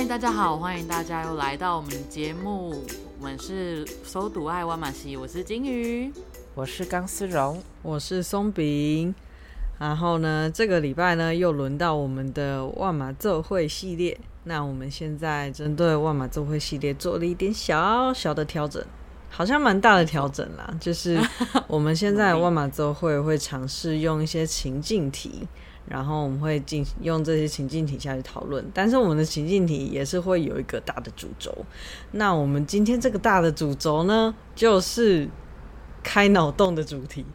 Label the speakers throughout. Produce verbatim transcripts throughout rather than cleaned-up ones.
Speaker 1: 嗨，大家好，欢迎大家又来到我们节目，我们是搜读爱万马西，我是金鱼，
Speaker 2: 我是钢丝绒，
Speaker 3: 我是松饼。然后呢，这个礼拜呢又轮到我们的万马奏会系列。那我们现在针对万马奏会系列做了一点小小的调整，好像蛮大的调整啦。就是我们现在万马奏会会尝试用一些情境题，然后我们会进用这些情境题下去讨论。但是我们的情境题也是会有一个大的主轴。那我们今天这个大的主轴呢，就是开脑洞的主题。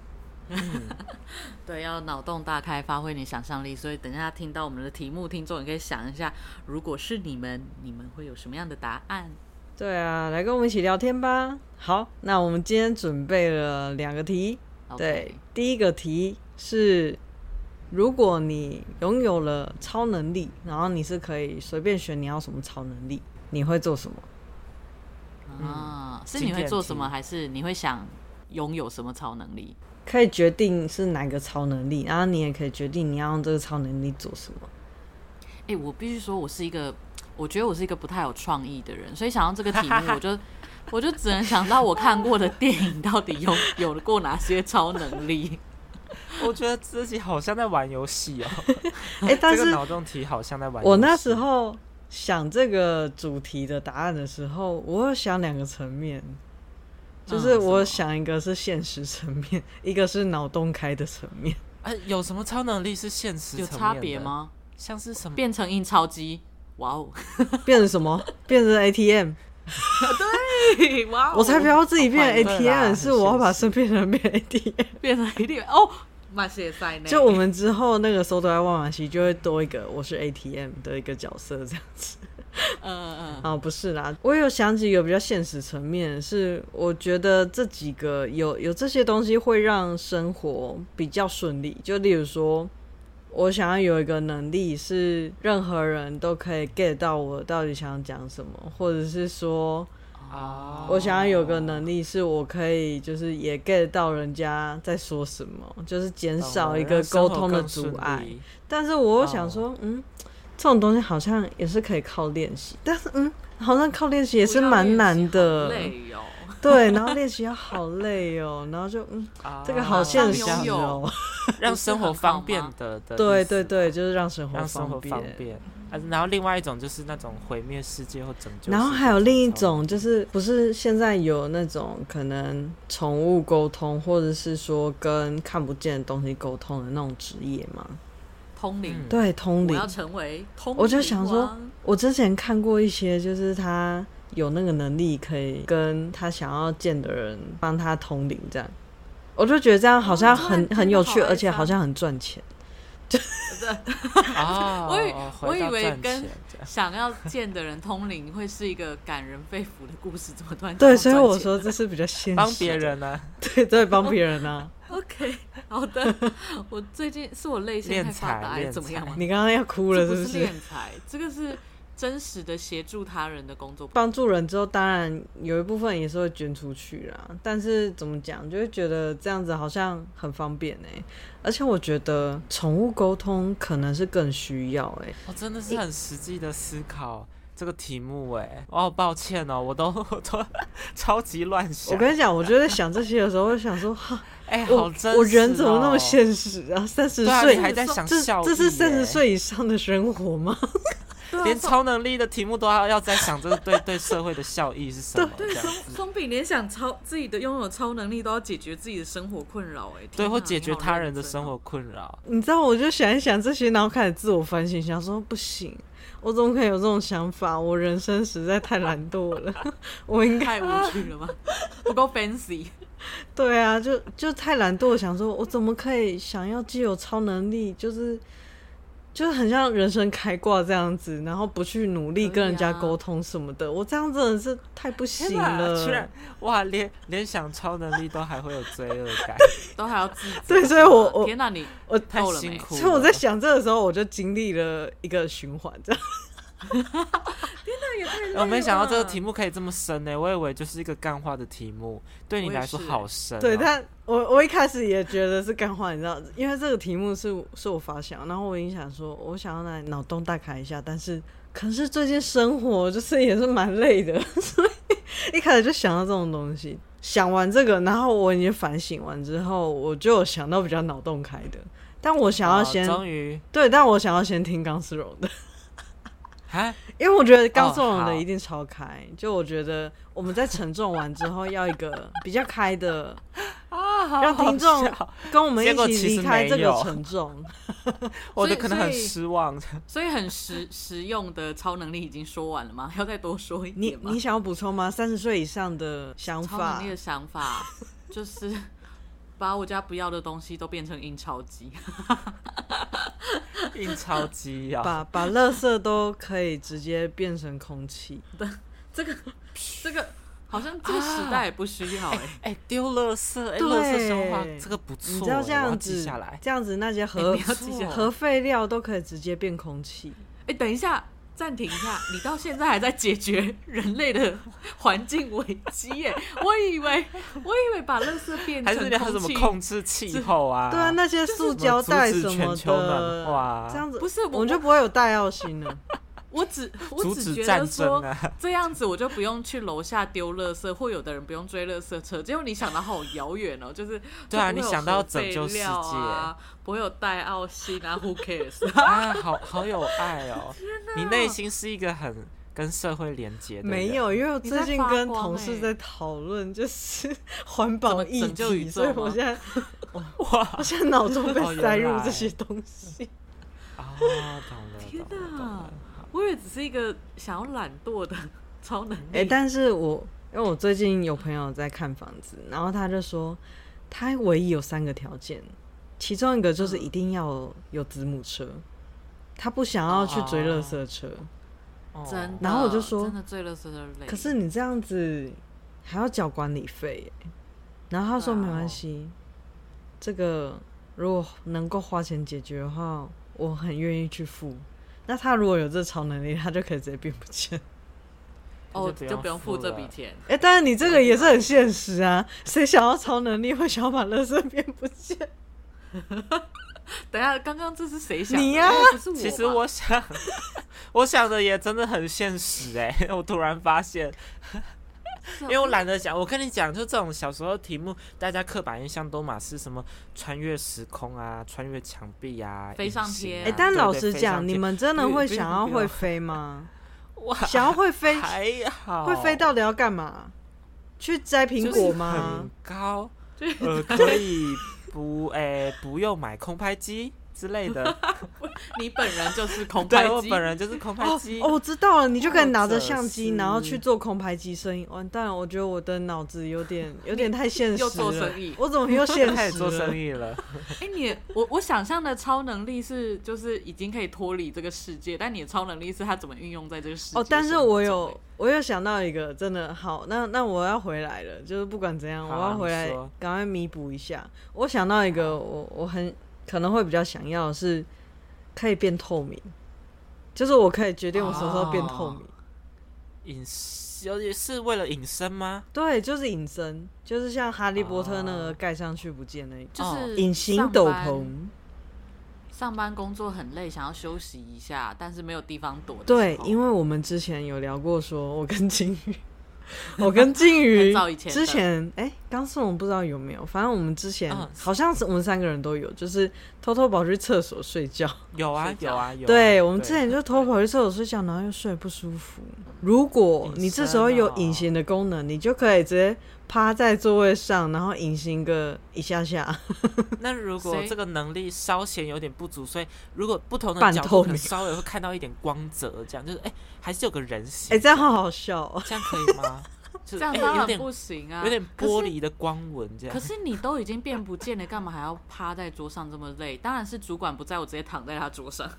Speaker 1: 对，要脑洞大开，发挥你想象力。所以等一下听到我们的题目，听众也可以想一下，如果是你们，你们会有什么样的答案？
Speaker 3: 对啊，来跟我们一起聊天吧。好，那我们今天准备了两个题。Okay. 对，第一个题是，如果你拥有了超能力，然后你是可以随便选你要什么超能力，你会做什么？
Speaker 1: 啊，是你会做什么，还是你会想拥有什么超能力？
Speaker 3: 可以决定是哪个超能力，然后你也可以决定你要用这个超能力做什么。
Speaker 1: 欸，我必须说我是一个我觉得我是一个不太有创意的人，所以想到这个题目我就我就只能想到我看过的电影到底有有过哪些超能力。
Speaker 2: 我觉得自己好像在玩游戏哦。
Speaker 3: 欸，但是
Speaker 2: 这个脑洞题好像在玩游戏。
Speaker 3: 我那时候想这个主题的答案的时候，我有想两个层面，就是我想一个是现实层面，一个是脑洞开的层面。
Speaker 2: 啊，有什么超能力是现实层面的？
Speaker 1: 有差别吗？
Speaker 2: 像是什么？
Speaker 1: 变成印钞机。哇哦！
Speaker 3: 变成什么？变成 A T M。
Speaker 1: 对，哇哦！
Speaker 3: 我才不要自己变 A T M，是我要把身边的人变 A T M，
Speaker 1: 变成 A T M 哦，马谢赛呢？
Speaker 3: 就我们之后那个搜读爱万马西就会多一个我是 A T M 的一个角色这样子。
Speaker 1: 嗯嗯
Speaker 3: 啊，不是啦，我有想几个比较现实层面，是我觉得这几个有有这些东西会让生活比较顺利。就例如说，我想要有一个能力是任何人都可以 get 到我到底想讲什么，或者是说，
Speaker 2: 哦，
Speaker 3: 我想要有个能力是我可以就是也 get 到人家在说什么，就是减少一个沟通的阻碍。但是我又想说，哦，嗯。这种东西好像也是可以靠练习，但是嗯，好像靠练习也是蛮难的，
Speaker 1: 好累哦。
Speaker 3: 对，然后练习要好累哦，然后就嗯，啊，这个好现实哦，
Speaker 2: 让生活方便的的，
Speaker 3: 对对对，就是让生活
Speaker 2: 让生活方便。然后另外一种就是那种毁灭世界或拯救世界。
Speaker 3: 然后还有另一种就是不是现在有那种可能宠物沟通，或者是说跟看不见的东西沟通的那种职业吗？
Speaker 1: 通灵，
Speaker 3: 对，通灵，
Speaker 1: 我要成为通灵。
Speaker 3: 我就想说，我之前看过一些，就是他有那个能力，可以跟他想要见的人帮他通灵，这样，我就觉得这样好像很、哦、很有趣，而且好像很赚钱。就
Speaker 1: 哦，我以我以为跟想要见的人通灵会是一个感人肺腑的故事，怎么突然
Speaker 3: 对？所以我说这是比较现实，
Speaker 2: 帮别人啊，
Speaker 3: 对对，帮别人啊。
Speaker 1: OK， 好的。我最近是我泪腺太发达，还是怎么样吗？
Speaker 3: 你刚刚要哭了，是不是？
Speaker 1: 这不是敛财，这个是真实的协助他人的工作。
Speaker 3: 帮助人之后，当然有一部分也是会捐出去啦。但是怎么讲，就会觉得这样子好像很方便哎、欸。而且我觉得宠物沟通可能是更需要哎、欸。
Speaker 2: 我、哦、真的是很实际的思考这个题目哎、欸，我好抱歉哦，我都我都超级乱想。
Speaker 3: 我跟你讲，我就在想这些的时候，我想说哈。
Speaker 2: 哎、欸，好真实、哦！
Speaker 3: 我人怎么那么现实啊？三十岁
Speaker 2: 还在想效益、欸，
Speaker 3: 这是三十岁以上的生活吗？
Speaker 2: 连超能力的题目都要要在想这个对对社会的效益是什么？
Speaker 1: 对，松松饼连想超自己的拥有超能力都要解决自己的生活困扰，哎，
Speaker 2: 对，或解决他人的生活困扰。
Speaker 3: 你知道，我就想一想这些，然后开始自我反省，想说不行，我怎么可以有这种想法？我人生实在太懒惰了，我应该
Speaker 1: 太无趣了吗？不够 fancy。
Speaker 3: 对啊，就就太懒惰，想说我怎么可以想要既有超能力，就是就是很像人生开挂这样子，然后不去努力跟人家沟通什么的，啊、我这样真的是太不行了。
Speaker 2: 居然哇，连连想超能力都还会有罪恶感，
Speaker 1: 都还要自责。
Speaker 3: 对，所以我我
Speaker 1: 天哪，你
Speaker 3: 我
Speaker 2: 太辛苦了。
Speaker 3: 所以我在想这个时候，我就经历了一个循环，这样。
Speaker 1: 天哪，也太累了！
Speaker 2: 我没想到这个题目可以这么深呢，我以为就是一个干话的题目，对你来说好深、哦。
Speaker 3: 对，但我我一开始也觉得是干话，你知道，因为这个题目是是我发想，然后我已经想说，我想要来脑洞大开一下，但是可是最近生活就是也是蛮累的，所以一开始就想到这种东西。想完这个，然后我已经反省完之后，我就有想到比较脑洞开的，但我想要先，
Speaker 2: 终于
Speaker 3: 对，但我想要先听钢丝绒的。
Speaker 2: 啊，
Speaker 3: 因为我觉得钢丝绒
Speaker 2: 哦
Speaker 3: 的一定超开，就我觉得我们在沉重完之后要一个比较开的，
Speaker 2: 啊，好
Speaker 3: 让听众
Speaker 2: 好笑
Speaker 3: 跟我们一
Speaker 2: 结果
Speaker 3: 起
Speaker 2: 其实
Speaker 3: 离开这个
Speaker 2: 没有
Speaker 3: 沉重。
Speaker 2: 我的可能很
Speaker 1: 所以
Speaker 2: 失望。
Speaker 1: 所以很实实用的超能力已经说完了吗？要再多说一
Speaker 3: 你
Speaker 1: 点吗？
Speaker 3: 你想要补充吗？三十岁以上的想法
Speaker 1: 超能力，的想法就是把我家不要的东西都变成印钞机。
Speaker 2: 印钞机啊，
Speaker 3: 把把垃圾都可以直接变成空气。
Speaker 1: 这个这个好像这个时代也不需要哎、
Speaker 2: 哎、丢垃圾，哎、
Speaker 3: 对
Speaker 2: 垃圾消化这个不错，
Speaker 3: 你知道这
Speaker 2: 我要
Speaker 3: 样子
Speaker 2: 记下来。
Speaker 3: 这样子那些
Speaker 1: 哎
Speaker 3: 核
Speaker 1: 你要记下来
Speaker 3: 核废料都可以直接变空气。
Speaker 1: 哎、等一下，暂停一下，你到现在还在解决人类的环境危机耶？我以为我以为把垃圾变成
Speaker 2: 还是你还有什么
Speaker 1: 空气，
Speaker 2: 控制气候啊？
Speaker 3: 对啊，那些塑胶袋什
Speaker 2: 什么阻止
Speaker 3: 么
Speaker 2: 全球暖
Speaker 3: 的，
Speaker 2: 化
Speaker 3: 这样子
Speaker 1: 不是我
Speaker 3: 我们就不会有戴奥辛了。
Speaker 1: 我只我
Speaker 2: 阻
Speaker 1: 只觉
Speaker 2: 止战争
Speaker 1: 得说、
Speaker 2: 啊！
Speaker 1: 这样子我就不用去楼下丢垃圾，或有的人不用追垃圾车。结果你想到好遥远哦，就是
Speaker 2: 对啊
Speaker 1: 就不会有
Speaker 2: 你想到
Speaker 1: 核废
Speaker 2: 拯救世界
Speaker 1: 料啊，不会有戴奥辛啊 ，Who cares？
Speaker 2: 啊，好好有爱哦！你内心是一个很跟社会连接的人。
Speaker 3: 没有，因为我最近
Speaker 1: 你在发
Speaker 3: 跟
Speaker 1: 光欸
Speaker 3: 同事在讨论就是环保议
Speaker 1: 怎么拯救宇
Speaker 3: 题，
Speaker 1: 宙吗
Speaker 3: 所以我现在
Speaker 2: 哇
Speaker 3: 我现在脑中被
Speaker 2: 哦原
Speaker 3: 塞入
Speaker 2: 来
Speaker 3: 这些东西。
Speaker 2: 啊，懂了，
Speaker 1: 天
Speaker 2: 懂了懂
Speaker 1: 哪
Speaker 2: 了！
Speaker 1: 我以为只是一个想要懒惰的超能力。
Speaker 3: 哎、但是我因为我最近有朋友在看房子，然后他就说他唯一有三个条件，其中一个就是一定要有子母车，他不想要去追垃圾车。
Speaker 2: 哦
Speaker 1: 真的，
Speaker 3: 然后我就说
Speaker 1: 真的最垃圾的累。
Speaker 3: 可是你这样子还要缴管理费耶，然后他说
Speaker 1: 对啊
Speaker 3: 没关系，这个如果能够花钱解决的话，我很愿意去付。那他如果有这超能力，他就可以直接变不见。
Speaker 1: 哦，
Speaker 2: 就不用
Speaker 1: 就不用付
Speaker 2: 付了
Speaker 1: 这笔钱。
Speaker 3: 哎、欸，但是你这个也是很现实啊，谁想要超能力会想要把垃圾变不见？
Speaker 1: 等一下，刚刚这是谁想的？
Speaker 3: 你呀
Speaker 1: 哎不是我吧。
Speaker 2: 其实我想，我想的也真的很现实哎、我突然发现，
Speaker 1: 是啊
Speaker 2: 因为我懒得讲。我跟你讲，就这种小时候题目，大家刻板印象都嘛是什么穿越时空啊、穿越墙壁啊、
Speaker 1: 飞上
Speaker 2: 隐形啊
Speaker 1: 天
Speaker 3: 哎、欸，但
Speaker 2: 对
Speaker 3: 老实讲，
Speaker 2: 对飞上天
Speaker 3: 你们真的会
Speaker 2: 不不
Speaker 3: 想要
Speaker 2: 不要
Speaker 3: 会飞吗？
Speaker 2: 哇，
Speaker 3: 想要会飞，
Speaker 2: 还好，
Speaker 3: 会飞到底要干嘛？去摘苹果吗？
Speaker 2: 很高，呃，可以不诶、不用买空拍机之类的。
Speaker 1: 你本人就是空拍
Speaker 2: 对，我
Speaker 1: 机，
Speaker 2: 本人就是空拍机。
Speaker 3: 哦，我知道了，你就可以拿着
Speaker 2: 或者
Speaker 3: 相机，
Speaker 2: 是
Speaker 3: 然后去做空拍机摄影。完蛋了，我觉得我的脑子有点有点太现实了。
Speaker 1: 又做生意
Speaker 3: 我怎么又现实了？
Speaker 2: 开始做生意了，
Speaker 1: 哎、你我我想象的超能力是，就是已经可以脱离这个世界，但你的超能力是它怎么运用在这个世界？
Speaker 3: 哦，但是我有我有想到一个，真的好，那那我要回来了，就是不管怎样，
Speaker 2: 好
Speaker 3: 我要回来
Speaker 2: 你说
Speaker 3: 赶快弥补一下。我想到一个，我我很可能会比较想要的是可以变透明，就是我可以决定我什么时候变透明。
Speaker 2: 隐有也是为了隐身吗？
Speaker 3: 对，就是隐身，就是像哈利波特那个盖上去不见那一种
Speaker 1: 就是
Speaker 3: 隐形斗
Speaker 1: 上班
Speaker 3: 篷。
Speaker 1: 上班工作很累，想要休息一下，但是没有地方躲的
Speaker 3: 对
Speaker 1: 时，候
Speaker 3: 因为我们之前有聊过说，我跟金鱼，我跟金鱼
Speaker 1: 很早以前的
Speaker 3: 之前，哎，刚是我们不知道有没有，反正我们之前、
Speaker 2: 嗯
Speaker 3: 好像是我们三个人都有，就是偷偷跑去厕所睡觉。
Speaker 2: 有啊
Speaker 1: 睡觉
Speaker 2: 有啊有啊。
Speaker 3: 对，我们之前就偷偷跑去厕所睡觉，然后又睡不舒服。如果你这时候有隐形的功能，你就可以直接趴在座位上，然后隐形个一下下。
Speaker 2: 那如果
Speaker 1: 谁
Speaker 2: 这个能力稍显有点不足，所以如果不同的角度，
Speaker 3: 半透明
Speaker 2: 可能稍微会看到一点光泽，这样就是哎、还是有个人形。
Speaker 3: 哎，这样好好笑哦。
Speaker 2: 这样可以吗？就是
Speaker 1: 这样
Speaker 2: 哎有点
Speaker 1: 当然不行啊。
Speaker 2: 有点玻璃的光纹这样。
Speaker 1: 可是你都已经变不见了，干嘛还要趴在桌上这么累？当然是主管不在，我直接躺在他桌上。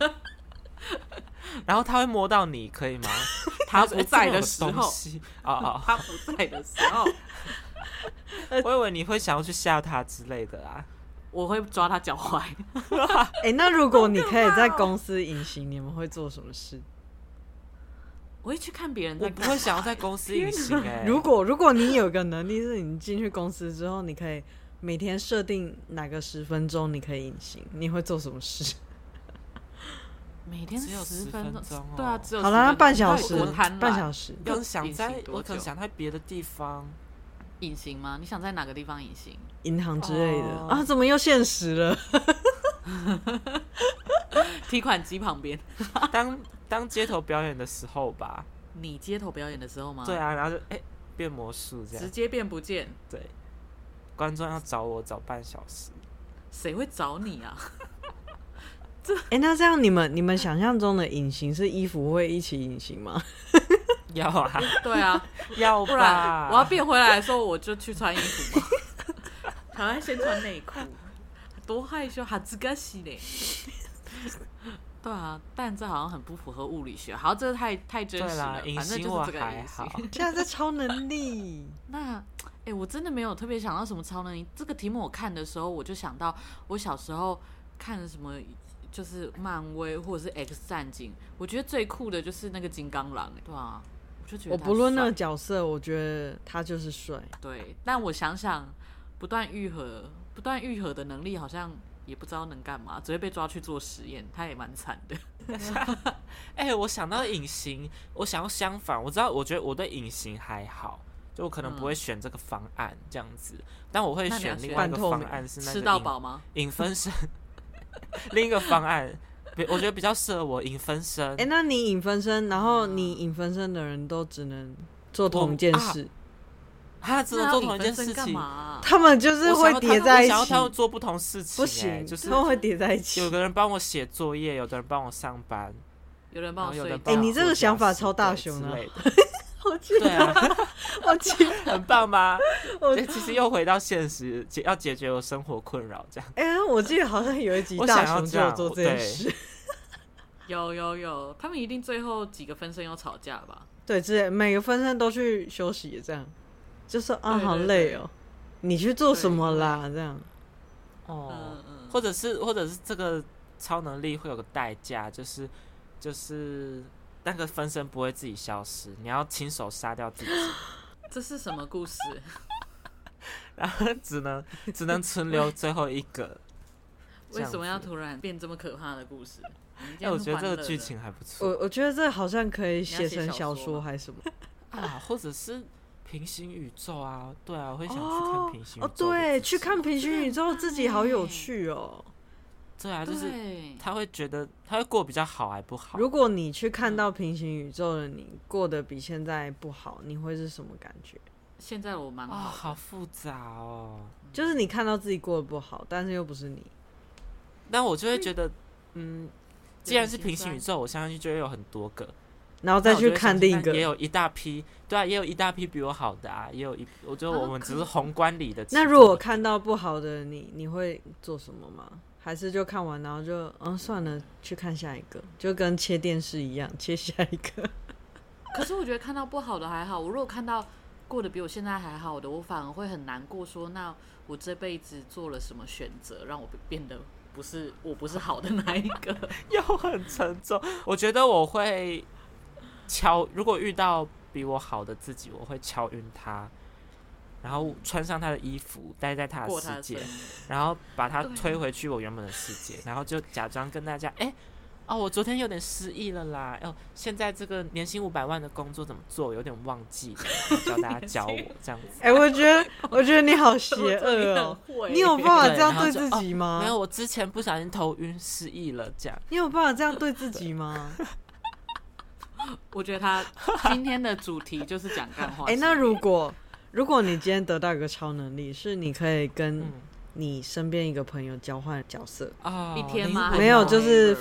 Speaker 2: 然后他会摸到你，可以吗？
Speaker 1: 他不在的时候，
Speaker 2: 哎这边有个东西哦哦，
Speaker 1: 他不在的时候，
Speaker 2: 我以为你会想要去吓他之类的啊。
Speaker 1: 我会抓他脚踝。
Speaker 3: 哎，那如果你可以在公司隐形，你们会做什么事？
Speaker 1: 我会去看别人在
Speaker 2: 我
Speaker 1: 干嘛。
Speaker 2: 不会想要在公司隐形哎、
Speaker 3: 如果如果你有个能力，是你进去公司之后，你可以每天设定哪个十分钟你可以隐形，你会做什么事？
Speaker 1: 每天
Speaker 2: 只有
Speaker 1: 十
Speaker 2: 十分
Speaker 1: 钟，
Speaker 2: 钟哦
Speaker 1: 对啊，只有
Speaker 3: 好啦，
Speaker 1: 十分钟
Speaker 3: 半小时
Speaker 1: 你到底多贪，婪
Speaker 3: 半小时。
Speaker 2: 我可能想在
Speaker 1: 隐形，多
Speaker 2: 我可能
Speaker 1: 久
Speaker 2: 想在别的地方，
Speaker 1: 隐形吗？你想在哪个地方隐形？
Speaker 3: 银行之类的、
Speaker 2: 哦
Speaker 3: 啊，怎么又现实了？
Speaker 1: 提款机旁边。
Speaker 2: 当当街头表演的时候吧。
Speaker 1: 你街头表演的时候吗？
Speaker 2: 对啊，然后就哎、欸、变魔术这样，
Speaker 1: 直接变不见。
Speaker 2: 对，观众要找我找半小时，
Speaker 1: 谁会找你啊？
Speaker 3: 哎、欸，那这样你们你们想象中的隐形是衣服会一起隐形吗？
Speaker 2: 要啊，
Speaker 1: 对啊，
Speaker 2: 要
Speaker 1: 不然我要变回来的时候，我就去穿衣服嘛。好像先穿内裤，多害羞，哈兹嘎西嘞。对啊，但这好像很不符合物理学。好，这太太真实了，反正就是这个隐形。
Speaker 3: 现在在超能力。
Speaker 1: 那，哎、欸，我真的没有特别想到什么超能力。这个题目我看的时候，我就想到我小时候看什么，就是漫威或者是 X 战警，我觉得最酷的就是那个金刚狼、欸。对啊，我就觉得
Speaker 3: 我不论那个角色，我觉得他就是帅。
Speaker 1: 对，但我想想，不断愈合、不断愈合的能力好像。也不知道能干嘛，只会被抓去做实验，他也蛮惨的。
Speaker 2: 哎、欸，我想到隐形，我想要相反，我知道，我觉得我对隐形还好，就我可能不会选这个方案这样子，嗯、但我会选另外一个方案是那个
Speaker 1: 吃到饱吗？
Speaker 2: 影分身，另一个方案，我觉得比较适合我影分身。
Speaker 3: 哎、欸，那你影分身，然后你影分身的人都只能做同一件事。
Speaker 2: 他只能做同一件事情，
Speaker 1: 啊、
Speaker 3: 他们就是会叠在一起。
Speaker 2: 我想要他们做不同事情、欸，
Speaker 3: 不行，
Speaker 2: 就是
Speaker 3: 他们会叠在一起。
Speaker 2: 有个人帮我写作业，有的人帮我上班，
Speaker 1: 有人帮我睡觉。
Speaker 3: 哎、欸，你这个想法超大熊的、啊，好气
Speaker 2: 对啊，
Speaker 3: 好气，
Speaker 2: 很棒吧？其实又回到现实，要解决我生活困扰这样。
Speaker 3: 哎、欸，我记得好像有一集大熊就有做这件事。
Speaker 1: 有有有，他们一定最后几个分身要吵架吧？
Speaker 3: 对，之类每个分身都去休息，这样。就说啊，好累哦，你去做什么啦？这样，
Speaker 2: 哦，嗯嗯，或者是或者是这个超能力会有个代价，就是就是那个分身不会自己消失，你要亲手杀掉自己。
Speaker 1: 这是什么故事？
Speaker 2: 然后只能只能存留最后一个。
Speaker 1: 为什么要突然变这么可怕的故事？
Speaker 2: 哎、欸，我觉得这个剧情还不错。
Speaker 3: 我我觉得这好像可以写成小说还是什么
Speaker 2: 啊，或者是。平行宇宙啊，对啊，我会想去看平行宇宙。
Speaker 3: 哦，对，去看平行宇宙，自己好有趣哦。
Speaker 2: 对啊，就是他会觉得他会过比较好，还不好。
Speaker 3: 如果你去看到平行宇宙的你过得比现在不好，你会是什么感觉？
Speaker 1: 现在我蛮好、
Speaker 2: 哦，好复杂哦。
Speaker 3: 就是你看到自己过得不好，但是又不是你，
Speaker 2: 但我就会觉得，嗯，既然是平行宇宙，我相信就会有很多个。
Speaker 3: 然后再去看另一个，
Speaker 2: 也有一大批，对啊，也有一大批比我好的啊，也有一，我觉得我们只是宏观里的。
Speaker 3: 那如果看到不好的你，你会做什么吗？还是就看完然后就嗯算了，去看下一个，就跟切电视一样，切下一个。
Speaker 1: 可是我觉得看到不好的还好，我如果看到过得比我现在还好的，我反而会很难过说，说那我这辈子做了什么选择，让我变得不是我不是好的那一个，
Speaker 2: 又很沉重。我觉得我会。敲，如果遇到比我好的自己，我会敲晕他，然后穿上他的衣服，待在他的世界，然后把他推回去我原本的世界，然后就假装跟大家，哎、欸，哦，我昨天有点失忆了啦，哦，现在这个年薪五百万的工作怎么做，有点忘记了，叫大家教我这样子。
Speaker 3: 哎、欸，我觉得，我觉得你好邪恶哦，你有办法这样对自己吗？
Speaker 2: 哦？没有，我之前不小心头晕失忆了，这样。
Speaker 3: 你有办法这样对自己吗？
Speaker 1: 我觉得他今天的主题就是讲干话。
Speaker 3: 哎、欸，那如果如果你今天得到一个超能力，是你可以跟你身边一个朋友交换角色
Speaker 2: 啊、嗯，
Speaker 1: 一天吗？
Speaker 3: 没有，就是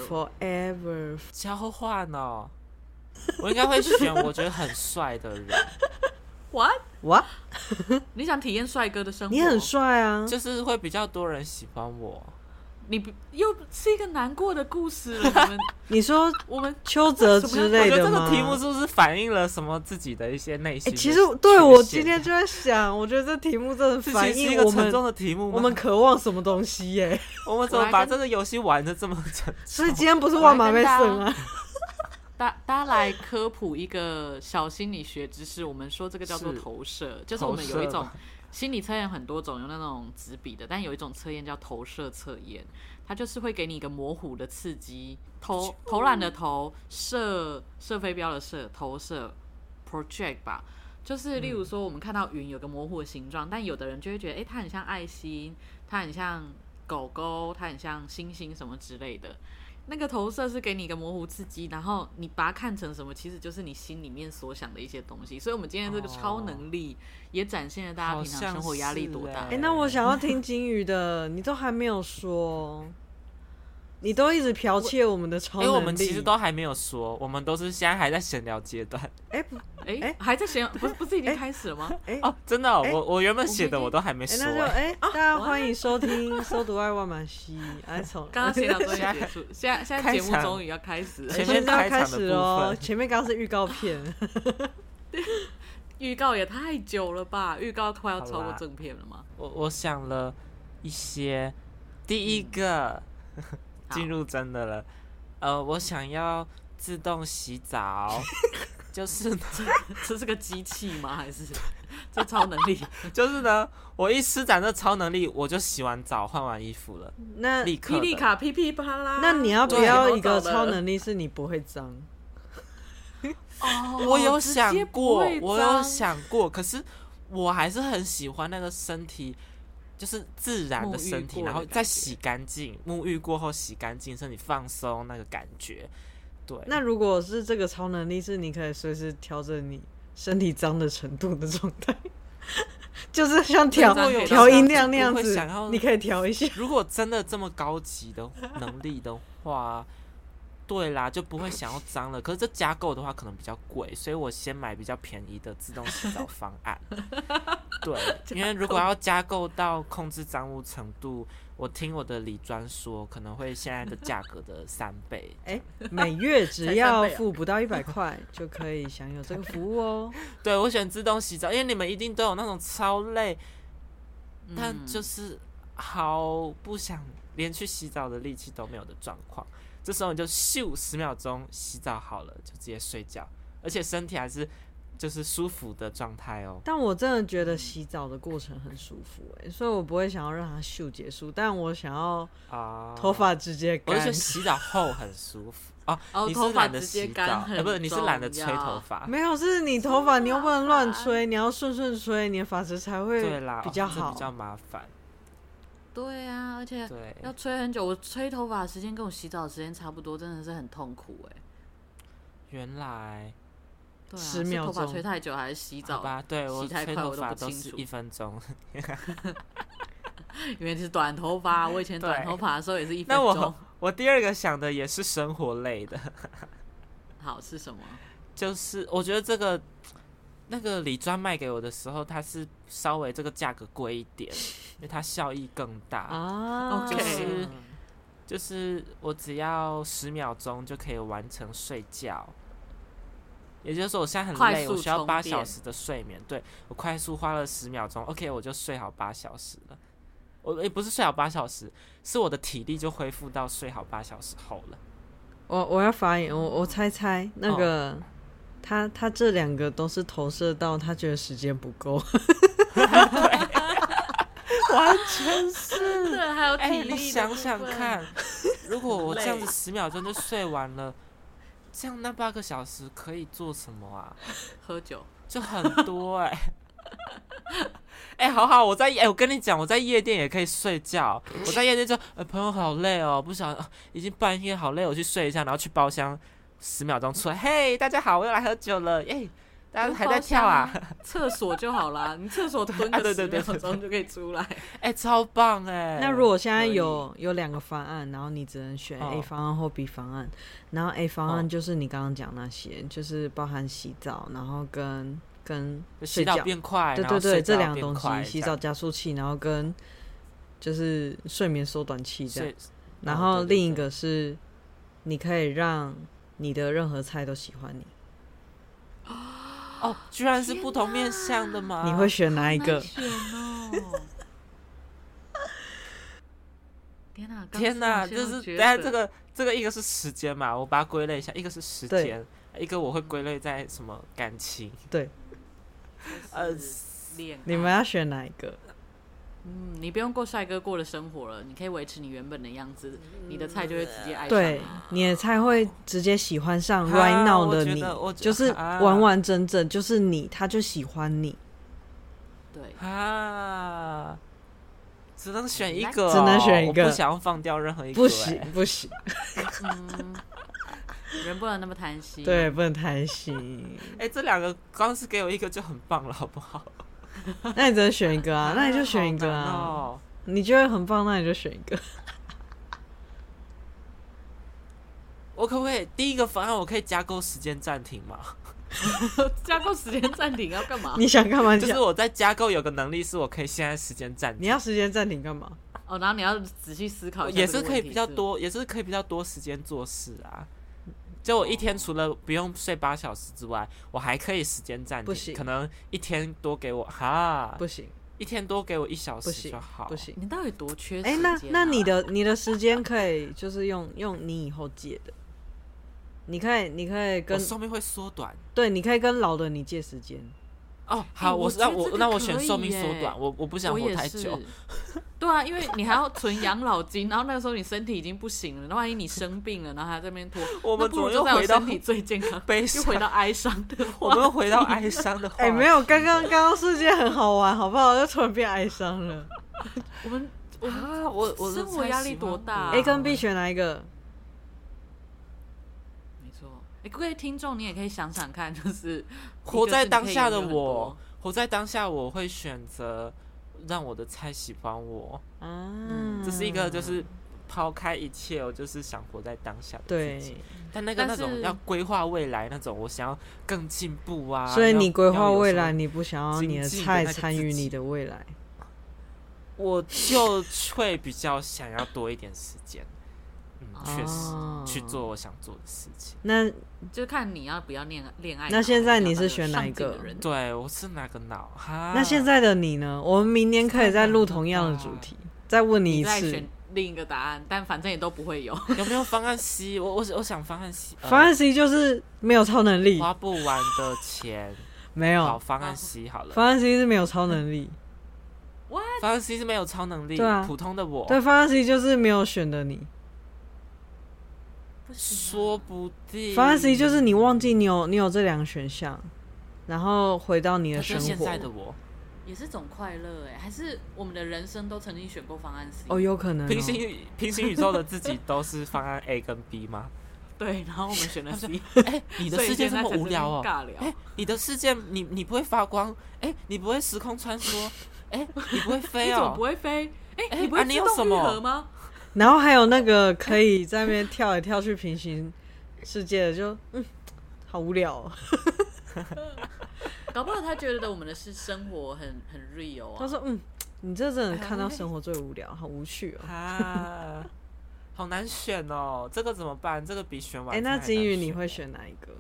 Speaker 3: forever
Speaker 2: 交换哦。我应该会选我觉得很帅的人。
Speaker 1: What
Speaker 3: What？
Speaker 1: 你想体验帅哥的生活？
Speaker 3: 你很帅啊，
Speaker 2: 就是会比较多人喜欢我。
Speaker 1: 你又是一个难过的故事了，你们
Speaker 3: 你说
Speaker 1: 我们
Speaker 3: 邱泽之类的吗？
Speaker 2: 我觉得这个题目是不是反映了什么自己的一些内心？
Speaker 3: 欸，其实对我今天就在想，我觉得这题目真的反映我们
Speaker 2: 沉重的题目，
Speaker 3: 我们渴望什么东西耶？欸？
Speaker 2: 我们怎么把这个游戏玩得这么沉重？
Speaker 3: 所以今天不是万马被胜啊！
Speaker 1: 大大家来科普一个小心理学知识，我们说这个叫做投射，就是我们有一种心理测验很多种，有那种纸笔的，但有一种测验叫投射测验，它就是会给你一个模糊的刺激，投投篮的投，射射飞镖的射，投射 project 吧。就是例如说，我们看到云有个模糊的形状，但有的人就会觉得，哎、欸，它很像爱心，它很像狗狗，它很像星星什么之类的。那个投射是给你一个模糊刺激，然后你把它看成什么，其实就是你心里面所想的一些东西。所以，我们今天这个超能力也展现了大家平常生活压力多大。
Speaker 3: 哎、欸，那我想要听金鱼的，你都还没有说。你都一直剽窃我们的超能力，
Speaker 2: 因为我们其实都还没有说，我们都是现在还在闲聊阶段。
Speaker 3: 哎
Speaker 1: 哎哎，还在闲聊，不是不是已经开始了吗？
Speaker 3: 哎、
Speaker 2: 欸、哦，真的、哦，欸、我我原本写的我都还没说、欸。
Speaker 3: 那就哎、欸，大家欢迎收听《搜读爱万马西》。哎，从
Speaker 1: 刚刚闲聊终于结束，现在现在节目终于要开始了，
Speaker 2: 前面
Speaker 3: 要开始
Speaker 2: 哦，
Speaker 3: 前面刚刚是预告片。
Speaker 1: 预告也太久了吧？预告快要超过正片了吗？
Speaker 2: 我我想了一些，第一个。嗯进入真的了，呃，我想要自动洗澡，就是
Speaker 1: 这这是个机器吗？还是这超能力？
Speaker 2: 就是呢，我一施展这超能力，我就洗完澡换完衣服了，
Speaker 3: 那
Speaker 2: 立刻
Speaker 1: 霹雳卡噼噼啪啦。
Speaker 3: 那你要不要一个超能力是你不会脏？
Speaker 2: 哦，我有想过，我有想过，可是我还是很喜欢那个身体。就是自然的身体，然后再洗干净，沐浴过后洗干净，身体放松那个感觉。对。
Speaker 3: 那如果是这个超能力，是你可以随时调整你身体脏的程度的状态，就是像调调音量那样子，你可以调一下。
Speaker 2: 如果真的这么高级的能力的话，对啦，就不会想要脏了。可是这加购的话可能比较贵，所以我先买比较便宜的自动洗澡方案。对，因为如果要加购到控制脏污程度，我听我的理专说，可能会现在的价格的三倍。
Speaker 3: 哎、欸，每月只要付不到一百块就可以享有这个服务哦。
Speaker 2: 对，我选自动洗澡，因为你们一定都有那种超累，嗯、但就是好不想连去洗澡的力气都没有的状况。这时候你就咻十秒钟洗澡好了，就直接睡觉，而且身体还是就是舒服的状态哦。
Speaker 3: 但我真的觉得洗澡的过程很舒服哎、欸，所以我不会想要让它咻结束，但我想要啊头发直接干。
Speaker 2: 我就觉得洗澡后很舒服哦。
Speaker 1: 哦，
Speaker 2: 你是懒得洗澡，
Speaker 1: 哎，
Speaker 2: 不是，你是懒得吹头发。
Speaker 3: 没有，是你头发你又不能乱吹，你要顺顺吹，你的发质才会比较好，
Speaker 2: 哦、比较麻烦。
Speaker 1: 对啊，而且要吹很久，我吹头发的时间跟我洗澡的时间差不多，真的是很痛苦哎、欸。
Speaker 2: 原来，
Speaker 1: 对啊，
Speaker 3: 十秒钟，
Speaker 1: 是头发吹太久还是洗澡？
Speaker 2: 吧，对我
Speaker 1: 洗太快我都不清楚。
Speaker 2: 一分钟，
Speaker 1: 因为是短头发，我以前短头发的时候也是一分钟。
Speaker 2: 那我我第二个想的也是生活类的。
Speaker 1: 好，是什么？
Speaker 2: 就是我觉得这个。那个理专卖给我的时候，它是稍微这个价格贵一点，因为它效益更大
Speaker 3: 啊。
Speaker 2: 就是、就是我只要十秒钟就可以完成睡觉，也就是说我现在很累，我需要八小时的睡眠。对，我快速花了十秒钟 ，OK， 我就睡好八小时了。我也不是睡好八小时，是我的体力就恢复到睡好八小时后了。
Speaker 3: 我我要发言，我我猜猜那个。哦他他这两个都是投射到他觉得时间不够，
Speaker 2: 完全是。
Speaker 1: 对，还有体力、欸。
Speaker 2: 你想想看，如果我这样子十秒钟就睡完了，这样那八个小时可以做什么啊？
Speaker 1: 喝酒，
Speaker 2: 就很多哎、欸。哎、欸，好好，我在哎、欸，我跟你讲，我在夜店也可以睡觉。我在夜店就，呃，朋友好累哦，不想、呃，已经半夜好累，我去睡一下，然后去包厢。十秒钟出来，嘿，大家好，我又来喝酒了，耶！大家还在跳啊？
Speaker 1: 厕所就好啦，你厕所蹲个十秒钟就可以出来，
Speaker 2: 哎、欸，超棒哎！
Speaker 3: 那如果现在有有两个方案，然后你只能选 A 方案或 B 方案，哦、然后 A 方案就是你刚刚讲那些，哦、就是包含洗澡，然后跟跟睡觉
Speaker 2: 洗澡变快，
Speaker 3: 对对对，这两个东
Speaker 2: 西，
Speaker 3: 洗澡加速器，然后跟就是睡眠缩短器这样，然后另一个是你可以让你的任何菜都喜欢你。
Speaker 2: 哦，居然是不同面向的吗？
Speaker 3: 你会选哪一个？
Speaker 1: 选哦！天哪，
Speaker 2: 天哪，就是等下这个这个一个是时间嘛，我把它归类一下，一个是时间，一个我会归类在什么感情？
Speaker 3: 对，
Speaker 2: 呃，
Speaker 1: 恋爱。
Speaker 3: 你们要选哪一个？
Speaker 1: 嗯，你不用过帅哥过的生活了，你可以维持你原本的样子，你的菜就会直接爱上
Speaker 3: 对
Speaker 1: 你，
Speaker 3: 你的菜会直接喜欢上
Speaker 2: 啊
Speaker 3: right now 的
Speaker 2: 我
Speaker 3: 你
Speaker 2: 觉得我，觉
Speaker 3: 就是
Speaker 2: 啊
Speaker 3: 完完整整就是你，他就喜欢你。
Speaker 1: 对，
Speaker 2: 啊，只能选一个、哦，
Speaker 3: 只能选一个
Speaker 2: 我不想要放掉任何一个、
Speaker 3: 不行
Speaker 2: 欸
Speaker 3: 不行，
Speaker 1: 嗯，人不能那么贪心。
Speaker 3: 对，不能贪心。
Speaker 2: 哎、欸，这两个光是给我一个就很棒了，好不好？
Speaker 3: 那你只能选一个啊，那你就选一个啊。
Speaker 2: 哦、
Speaker 3: 你觉得很棒，那你就选一个。
Speaker 2: 我可不可以第一个方案我可以加购时间暂停吗？
Speaker 1: 加购时间暂停要干嘛？
Speaker 3: 你想干嘛？
Speaker 2: 就是我在加购有个能力是我可以现在时间暂停。
Speaker 3: 你要时间暂停干嘛？
Speaker 1: 哦，然后你要仔细思考一下，
Speaker 2: 也是可以比较多，也是可以比较多时间做事啊。就我一天除了不用睡八小时之外，我还可以时间暂停。
Speaker 3: 不行，
Speaker 2: 可能一天多给我哈，
Speaker 3: 不行，
Speaker 2: 一天多给我一小时就好。
Speaker 3: 不行，
Speaker 1: 你到底多缺时
Speaker 3: 哎、
Speaker 1: 间、啊？
Speaker 3: 那那你的你的时间可以就是用用你以后借的，你可以你可以跟
Speaker 2: 我寿命会缩短。
Speaker 3: 对，你可以跟老的你借时间。
Speaker 2: 哦，好，
Speaker 1: 欸、
Speaker 2: 我
Speaker 1: 我
Speaker 2: 让我让我选
Speaker 1: 可以
Speaker 2: 寿命
Speaker 1: 耶
Speaker 2: 缩短，我我不想活太久。
Speaker 1: 对啊，因为你还要存养老金，然后那个时候你身体已经不行了，那万一你生病了，然后还在那边拖，
Speaker 2: 我们
Speaker 1: 不如就在我身体最健康，
Speaker 2: 悲伤，
Speaker 1: 又回到哀伤的话，
Speaker 2: 我们又回到哀伤的话。
Speaker 3: 哎、欸，没有，刚刚刚刚世界很好玩，好不好？就突然变哀伤了。
Speaker 1: 我们我们
Speaker 2: 啊，我我
Speaker 1: 生活压力多大、啊、
Speaker 3: ？A 跟 B 选哪一个？
Speaker 1: 没错，哎、欸，各位听众，你也可以想想看，就是
Speaker 2: 活在当下的我。活在当下，我会选择让我的菜喜欢我。
Speaker 3: 嗯，
Speaker 2: 这是一个就是抛开一切，我就是想活在当下的自己。
Speaker 3: 对，
Speaker 2: 但那个那种要规划未来那种，我想要更进步啊。
Speaker 3: 所以你规划未来，你不想要你的菜参与你的未来，
Speaker 2: 我就会比较想要多一点时间。嗯，确实、哦、去做我想做的事情。
Speaker 3: 那
Speaker 1: 就看你要不要恋恋爱。
Speaker 3: 那现在你是选哪一个？
Speaker 2: 对，我是哪个脑？
Speaker 3: 那现在的你呢？我们明年可以再录同样的主题，再问你一次。
Speaker 1: 你再选另一个答案，但反正也都不会有。
Speaker 2: 有没有方案 C？ 我我我想方案 C、呃。
Speaker 3: 方案 C 就是没有超能力，
Speaker 2: 花不完的钱。
Speaker 3: 没有。
Speaker 2: 好，方案 C 好了。
Speaker 3: 方案 C 是没有超能力。
Speaker 1: What？
Speaker 2: 方案 C 是没有超能力。
Speaker 3: 对啊，
Speaker 2: 普通的我。
Speaker 3: 对，方案 C 就是没有选的你。
Speaker 2: 说不定。
Speaker 3: 方案 C 就是你忘记你有你有这两个选项，然后回到你的生活。
Speaker 2: 现在的我
Speaker 1: 也是种快乐哎，还是我们的人生都曾经选过方案 C？
Speaker 3: 哦，有可能、哦。
Speaker 2: 平行平行宇宙的自己都是方案 A 跟 B 吗？
Speaker 1: 对，然后我们选了 C。
Speaker 2: 哎、欸，你的世界这么无聊哦！
Speaker 1: 尬聊。
Speaker 2: 哎、欸，你的世界你你不会发光？哎、欸，你不会时空穿梭？哎、欸，你不会飞哦？
Speaker 1: 你怎么不会飞？哎、欸，你不会自动愈合吗？
Speaker 3: 然后还有那个可以在那边跳来跳去平行世界的，就嗯，好无聊、哦。
Speaker 1: 搞不好他觉得我们的是生活很很 real 啊。
Speaker 3: 他说：“嗯，你这真的看到生活最无聊，好无趣哦。”
Speaker 2: 啊，好难选哦，这个怎么办？这个比选完。
Speaker 3: 哎、欸，那金鱼你会选哪一个？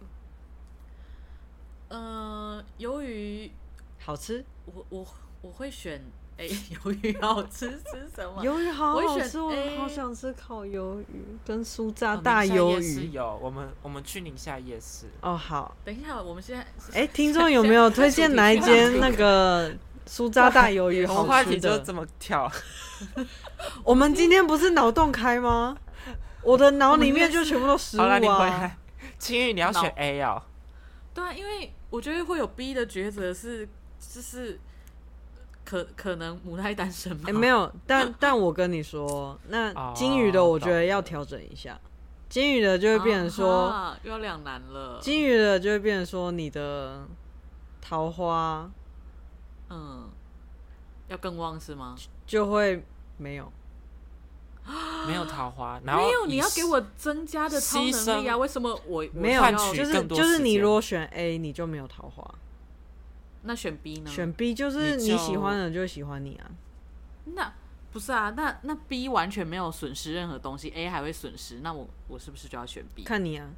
Speaker 1: 呃，鱿鱼
Speaker 3: 好吃。
Speaker 1: 我我我会选。哎、欸，鱿鱼好吃，吃什么？
Speaker 3: 鱿鱼好好吃，我,
Speaker 1: 我
Speaker 3: 好想吃烤鱿鱼跟酥炸大鱿鱼。
Speaker 2: 哦、有，我们我们去宁夏夜市。
Speaker 3: 哦，好。
Speaker 1: 等一下，我们现在
Speaker 3: 哎、欸，听众有没有推荐哪一间那个酥炸大鱿鱼好吃的？
Speaker 2: 话题就这么跳。
Speaker 3: 我们今天不是脑洞开吗？我的脑里面就全部都食物啊。
Speaker 2: 好了，你回来。青玉，你要选 A 哦。
Speaker 1: 对啊，因为我觉得会有 B 的抉择是，就是。可可能母胎单身吗？
Speaker 3: 哎、欸，没有，但但我跟你说，那金鱼的我觉得要调整一下，金鱼的就会变成说，
Speaker 1: 啊、又要两难了。
Speaker 3: 金鱼的就会变成说，你的桃花，
Speaker 1: 嗯，要更旺是吗？
Speaker 3: 就会没有，
Speaker 2: 没有桃花，然后
Speaker 1: 没有，你要给我增加的超能力啊！为什么我
Speaker 3: 没有？就是就是你如果选 A， 你就没有桃花。
Speaker 1: 那选 B 呢？
Speaker 3: 选 B 就是你喜欢的就喜欢你啊。
Speaker 1: 那不是啊，那那 B 完全没有损失任何东西 ，A 还会损失，那我我是不是就要选 B？
Speaker 3: 看你啊。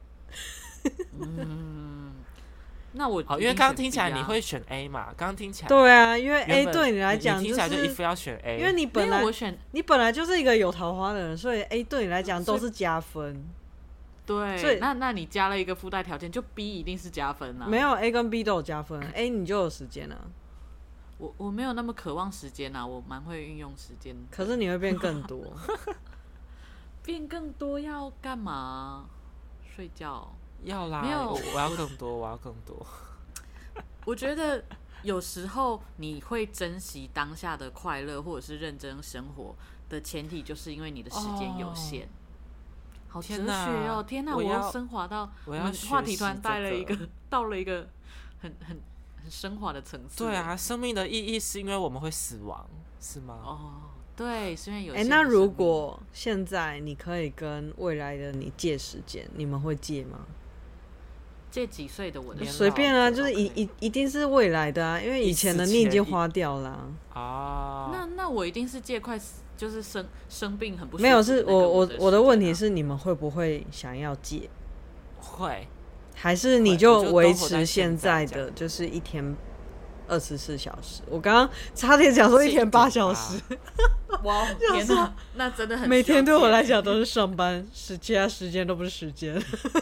Speaker 1: 嗯，那我
Speaker 2: 好，因为刚刚听起来你会选 A 嘛？刚刚听起来
Speaker 3: 对啊，因为 A 对你来讲、就是，
Speaker 2: 你听起来就一副要选 A，
Speaker 3: 因为你本来
Speaker 1: 我选
Speaker 3: 你本来就是一个有桃花的人，所以 A 对你来讲都是加分。
Speaker 1: 对，所以那那你加了一个附带条件，就 B 一定是加分啊。
Speaker 3: 没有 A 跟 B 都有加分 ，A 你就有时间啊。
Speaker 1: 我我没有那么渴望时间啊，我蛮会运用时间。
Speaker 3: 可是你会变更多，
Speaker 1: 变更多要干嘛？睡觉？
Speaker 2: 要啦，
Speaker 1: 没有
Speaker 2: 我我要更多，我要更多。
Speaker 1: 我觉得有时候你会珍惜当下的快乐，或者是认真生活的前提，就是因为你的时间有限。哦好哲学哦！天哪，我要升华到我们话题团带了一个到了一个很很很升华的层次。
Speaker 2: 对啊，生命的意义是因为我们会死亡，是吗？
Speaker 1: 哦，对，是因为有。
Speaker 3: 哎，那如果现在你可以跟未来的你借时间，你们会借吗？
Speaker 1: 借几岁的我的？
Speaker 3: 随便啊，就是一一一定是未来的啊，因为以前的你已经花掉了
Speaker 2: 啊。
Speaker 1: 那那我一定是借快死。就是生生病很不舒服。
Speaker 3: 没有，是我我我的问题
Speaker 1: 是
Speaker 3: 你们会不会想要戒？
Speaker 2: 会，
Speaker 3: 还是你就维持现在的，就是一天二十四小时？我刚刚差点讲说一天八小时。
Speaker 1: 哇，天哪，那真的很
Speaker 3: 每天对我来讲都是上班，是其他时间都不是时间。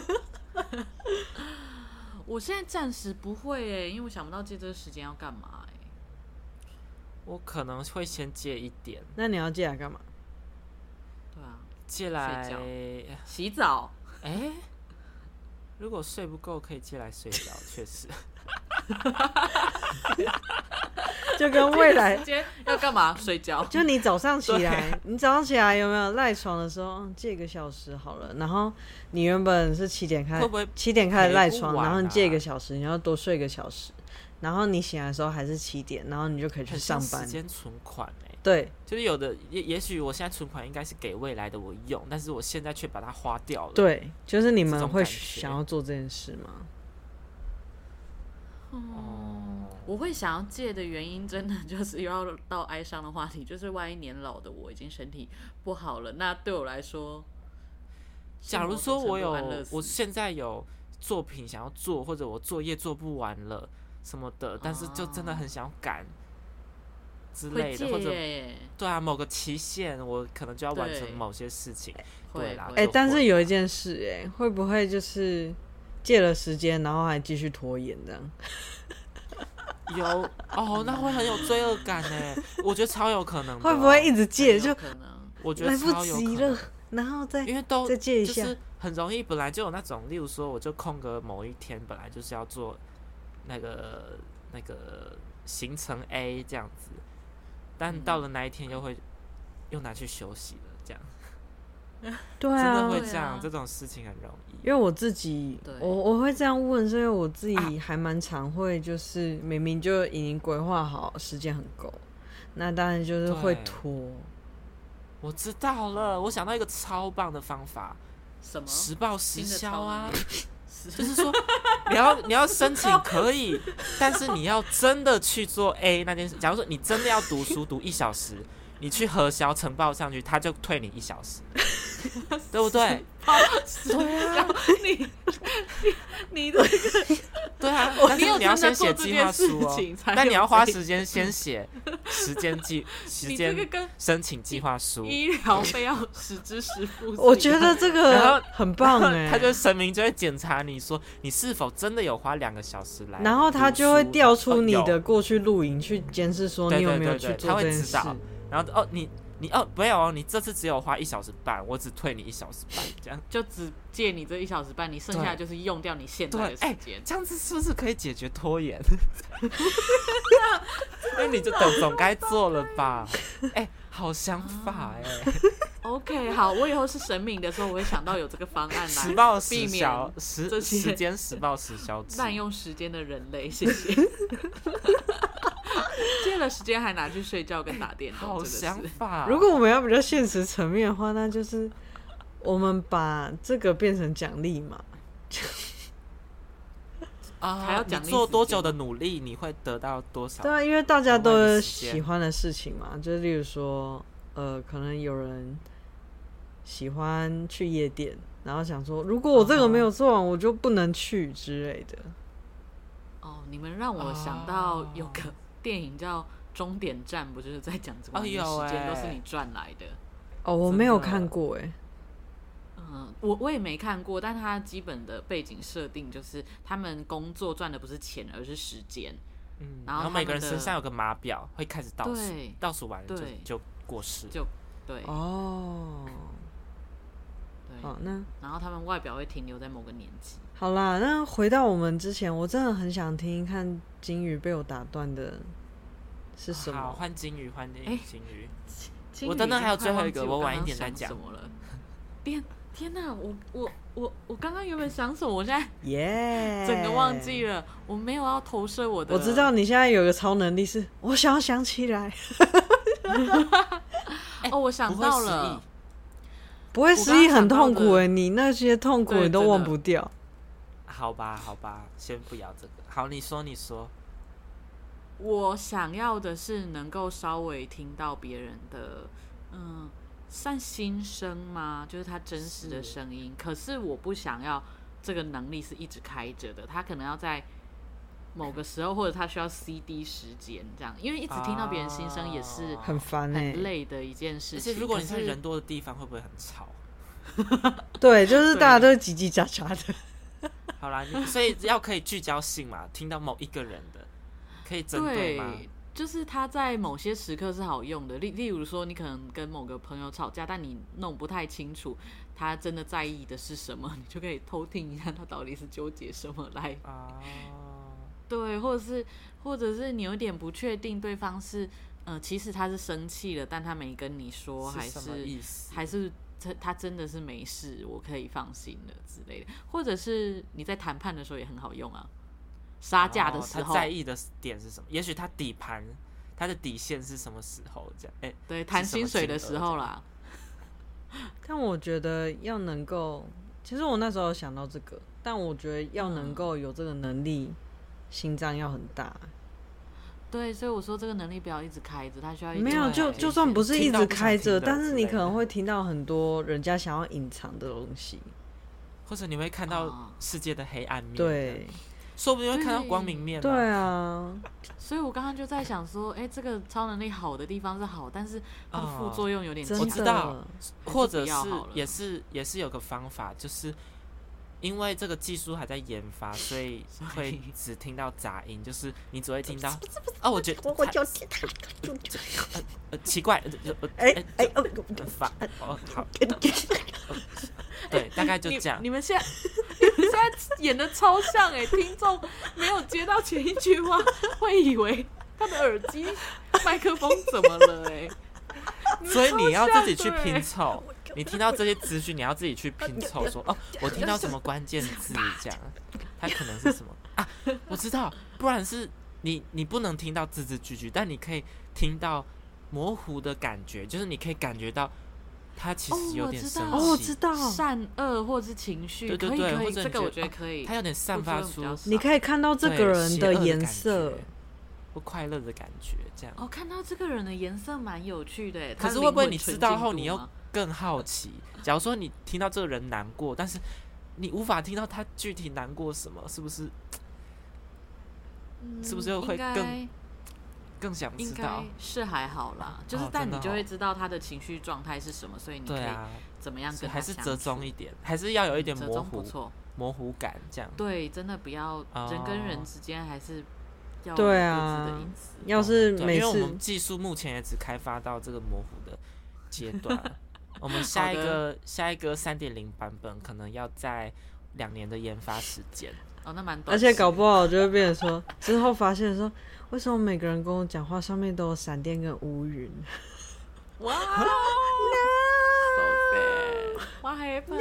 Speaker 1: 我现在暂时不会耶，因为我想不到借这个时间要干嘛。
Speaker 2: 我可能会先借一点。
Speaker 3: 那你要借来干嘛？
Speaker 1: 对啊，
Speaker 2: 借来
Speaker 1: 洗澡。
Speaker 2: 哎、欸，如果睡不够，可以借来睡觉，确实。
Speaker 3: 就跟未来
Speaker 1: 今天要干嘛？睡觉。
Speaker 3: 就你早上起来，你早上起来有没有赖床的时候，借一个小时好了。然后你原本是七点开，七点开始赖床，
Speaker 2: 啊、
Speaker 3: 然后你借一个小时，你要多睡一个小时。然后你醒来的时候还是七点，然后你就可以去上班。
Speaker 2: 时间存款哎、欸，
Speaker 3: 对，
Speaker 2: 就是有的也也许我现在存款应该是给未来的我用，但是我现在却把它花掉了。
Speaker 3: 对，就是你们会想要做这件事吗？
Speaker 1: 嗯，我会想要戒的原因，真的就是又要到哀伤的话题，就是万一年老的我已经身体不好了，那对我来说，
Speaker 2: 假如说我有我现在有作品想要做，或者我作业做不完了什么的，但是就真的很想赶之类的，或者对啊某个期限，我可能就要完成某些事情。对啦，
Speaker 3: 哎、欸，但是有一件事、欸，哎，会不会就是借了时间，然后还继续拖延这样？
Speaker 2: 有哦，那会很有罪恶感哎，我觉得超有可能的。
Speaker 3: 会不会一直借就
Speaker 1: 可能？
Speaker 2: 我觉得超有可能
Speaker 3: 来不及了，然后再
Speaker 2: 因为都
Speaker 3: 再借一下，
Speaker 2: 就是很容易。本来就有那种，例如说，我就空个某一天，本来就是要做那个那个行程 A 这样子，但到了那一天又会又拿去休息了，这样。
Speaker 3: 对啊，
Speaker 2: 真的会这样，啊、这种事情很容易。
Speaker 3: 因为我自己，我我会这样问，是因为我自己还蛮常会，就是明明就已经规划好时间很够，那当然就是会拖。
Speaker 2: 我知道了，我想到一个超棒的方法，
Speaker 1: 什么？
Speaker 2: 实报实销啊！就是说，你要你要申请可以，但是你要真的去做 A 那件事。假如说你真的要读书读一小时。你去核销呈报上去，他就退你一小时，对不对？
Speaker 1: 对啊，你你你这个
Speaker 2: 对啊，但是你要先写计划书哦，但你要花时间先写时间计时间申请计划书，
Speaker 1: 医疗费要实支实付。
Speaker 3: 我觉得这个很棒哎，
Speaker 2: 他就神明就会检查你说你是否真的有花两个小时来，
Speaker 3: 然后他就会调出你的过去录影去监视说你有没有去做这件事。
Speaker 2: 然后哦，你你哦没有哦，你这次只有花一小时半，我只退你一小时半，这样
Speaker 1: 就只借你这一小时半，你剩下就是用掉你现在的时间。
Speaker 2: 欸、这样子是不是可以解决拖延？因为你就等总该做了吧？哎、欸，好想法哎、欸。
Speaker 1: OK， 好，我以后是神明的时候，我会想到有这个方案来
Speaker 2: 实报实
Speaker 1: 避免
Speaker 2: 时时间实报实销制，
Speaker 1: 滥用时间的人类，谢谢。借了时间还拿去睡觉跟打电动，
Speaker 2: 好想法。
Speaker 3: 如果我们要比较现实层面的话，那就是我们把这个变成奖励嘛。
Speaker 2: 啊，还要奖励做多久的努力，你会得到多少？
Speaker 3: 对啊，因为大家都喜欢的事情嘛，就例如说，呃，可能有人喜欢去夜店，然后想说，如果我这个没有做完，我就不能去之类的。
Speaker 1: 哦，你们让我想到有个电影叫《终点站》，不就是在讲这个时间都是你赚来的？
Speaker 3: 哦，我没有看过哎。
Speaker 1: 嗯，我我也没看过，但它基本的背景设定就是他们工作赚的不是钱，而是时间。
Speaker 2: 嗯，
Speaker 1: 然
Speaker 2: 后每个人身上有个码表，会开始倒数，倒数完了就就过世，
Speaker 1: 就对
Speaker 3: 哦。
Speaker 1: 对，
Speaker 3: 好，那
Speaker 1: 然后他们外表会停留在某个年纪。
Speaker 3: 好啦，那回到我们之前，我真的很想听看金鱼被我打断的是什么。
Speaker 2: 好，换金鱼，换金鱼。
Speaker 1: 欸、
Speaker 2: 我等等还有最后一个，我晚一点再讲。
Speaker 1: 什么了？天天哪，我我我我刚刚原本想什么，我现在
Speaker 3: 耶，
Speaker 1: yeah, 整个忘记了。我没有要投射我的。
Speaker 3: 我知道你现在有个超能力是，我想要想起来。
Speaker 1: 哦，我想到了。
Speaker 3: 不会失忆很痛苦哎，你那些痛苦你都忘不掉。
Speaker 2: 好吧，好吧，先不要这个。好，你说，你说。
Speaker 1: 我想要的是能够稍微听到别人的，嗯，算心声吗？就是他真实的声音。可是我不想要这个能力是一直开着的，他可能要在某个时候，或者他需要 C D 时间这样，因为一直听到别人心声也是
Speaker 3: 很烦、欸、
Speaker 1: 很累的一件事情。
Speaker 2: 而且如果你在人多的地方，会不会很吵？
Speaker 3: 对，就是大家都叽叽喳喳的。
Speaker 2: 好啦，所以要可以聚焦性嘛，听到某一个人的，可以针对吗？
Speaker 1: 对，就是他在某些时刻是好用的，例例如说，你可能跟某个朋友吵架，但你弄不太清楚他真的在意的是什么，你就可以偷听一下他到底是纠结什么来。
Speaker 2: 啊，
Speaker 1: 对，或者是或者是你有点不确定对方是，呃，其实他是生气了，但他没跟你说，还是还是。他真的是没事，我可以放心了之类的，或者是你在谈判的时候也很好用啊。杀价的时候，
Speaker 2: 哦、他在意的点是什么？也许他底盘，他的底线是什么时候？这样，哎、欸，
Speaker 1: 对，谈薪水的时候啦。
Speaker 3: 但我觉得要能够，其实我那时候有想到这个，但我觉得要能够有这个能力，嗯、心脏要很大。
Speaker 1: 对，所以我说这个能力不要一直开着，它需要一
Speaker 3: 没有就就算不是一直开着，但是你可能会听到很多人家想要隐藏的东西，
Speaker 2: 或者你会看到世界的黑暗面，
Speaker 3: 对，
Speaker 2: 说不定会看到光明面。
Speaker 3: 对啊，
Speaker 1: 所以我刚刚就在想说，哎，这个超能力好的地方是好，但是它的副作用有点强。
Speaker 2: 我知道，或者是也是也是有个方法，就是。因为这个技术还在研发，所以会只听到杂音，就是你只会听到。哦，我觉得我就听他，呃呃奇怪，哎哎呃很烦哦，好，对，大概就这样。
Speaker 1: 你们现在你们现在演的超像哎，听众没有接到前一句话，会以为他的耳机麦克风怎么了哎？
Speaker 2: 所以你要自己去拼凑。你听到这些资讯，你要自己去拼凑，说哦，我听到什么关键字，这样，它可能是什么啊？我知道，不然是你你不能听到字字句句，但你可以听到模糊的感觉，就是你可以感觉到他其实有点生气，
Speaker 3: 哦，我知道，
Speaker 1: 善恶或者是情绪，
Speaker 2: 对对对，
Speaker 1: 可以可以
Speaker 2: 或者
Speaker 1: 这个我觉得可以，
Speaker 2: 他有点散发出，
Speaker 3: 你可以看到这个人的颜色。
Speaker 2: 不快乐的感觉，这样
Speaker 1: 哦，看到这个人的颜色蛮有趣的，
Speaker 2: 可是会不会你知道后你又更好奇？假如说你听到这个人难过，但是你无法听到他具体难过什么，是不是？嗯、是不是会更更想知道？
Speaker 1: 是还好啦，就是、哦、但你就会知道他的情绪状态是什么，所以你可以怎么样跟他
Speaker 2: 还是折中一点，还是要有一点模糊，
Speaker 1: 不错，
Speaker 2: 模糊感这样。
Speaker 1: 对，真的不要、哦、人跟人之间还是。
Speaker 3: 对啊，要是每次，
Speaker 2: 因为我们技术目前也只开发到这个模糊的阶段，我们下一个下一个 三点零 版本可能要在两年的研发时间。
Speaker 1: 哦，那蛮短。
Speaker 3: 而且搞不好就会变成说，之后发现说，为什么每个人跟我讲话上面都有闪电跟乌云？
Speaker 1: 哇
Speaker 3: no!
Speaker 1: ，so sad，what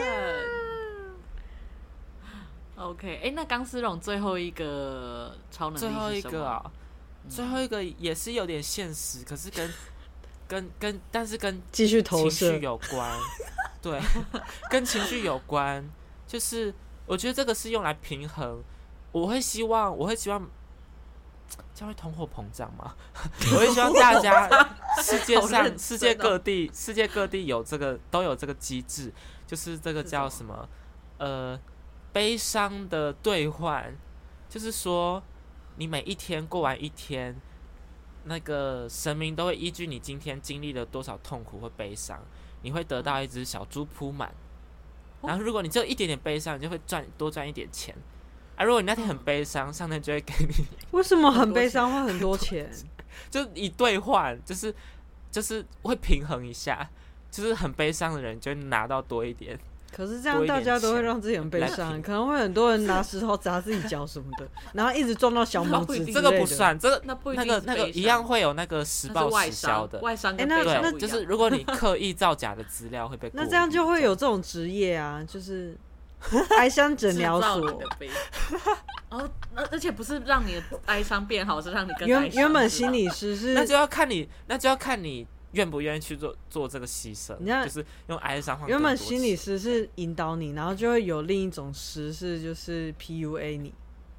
Speaker 1: happened？OK， 哎、欸，那钢丝绒最后一个超能力是什么？
Speaker 2: 最后一个啊、哦嗯，最后一个也是有点现实，可是跟跟跟，但是跟
Speaker 3: 继续投射
Speaker 2: 情绪有关，对，跟情绪有关，就是我觉得这个是用来平衡。我会希望，我会希望，这样会通货膨胀吗？我会希望大家世界上、哦、世界各地、世界各地有这个都有这个机制，就是这个叫什么？呃。悲伤的兑换，就是说，你每一天过完一天，那个神明都会依据你今天经历了多少痛苦或悲伤，你会得到一只小猪铺满。然后，如果你只有一点点悲伤，你就会赚多赚一点钱。 啊，如果你那天很悲伤，上天就会给你。
Speaker 3: 为什么很悲伤会很多钱？
Speaker 2: 就一兑换，就是就是会平衡一下，就是很悲伤的人就会拿到多一点。
Speaker 3: 可是这样大家都会让自己很悲伤，可能会很多人拿石头砸自己脚什么的，然后一直撞到小拇指之类的。
Speaker 2: 这个不算，这个
Speaker 1: 那不一
Speaker 2: 那个那个一样会有那个实报实销的
Speaker 1: 外伤。哎，那那
Speaker 2: 就是如果你刻意造假的资料会被过滤，
Speaker 3: 那这样就会有这种职业啊，就是哀伤诊疗所。
Speaker 1: 哦，而且不是让你的哀伤变好，是让你更哀伤。
Speaker 3: 原原本心理师是，
Speaker 2: 那就要看你，那就要看你。愿不愿意去做做这个牺牲？就是用哀伤换更多钱。
Speaker 3: 原本心理师是引导你，然后就会有另一种师是就是 P U A 你。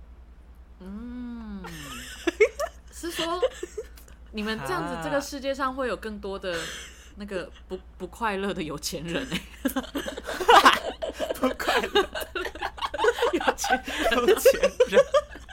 Speaker 1: 嗯，是说你们这样子，这个世界上会有更多的那个不不快乐的有钱人哎、
Speaker 2: 欸，不快乐
Speaker 1: 有钱
Speaker 2: 有钱人。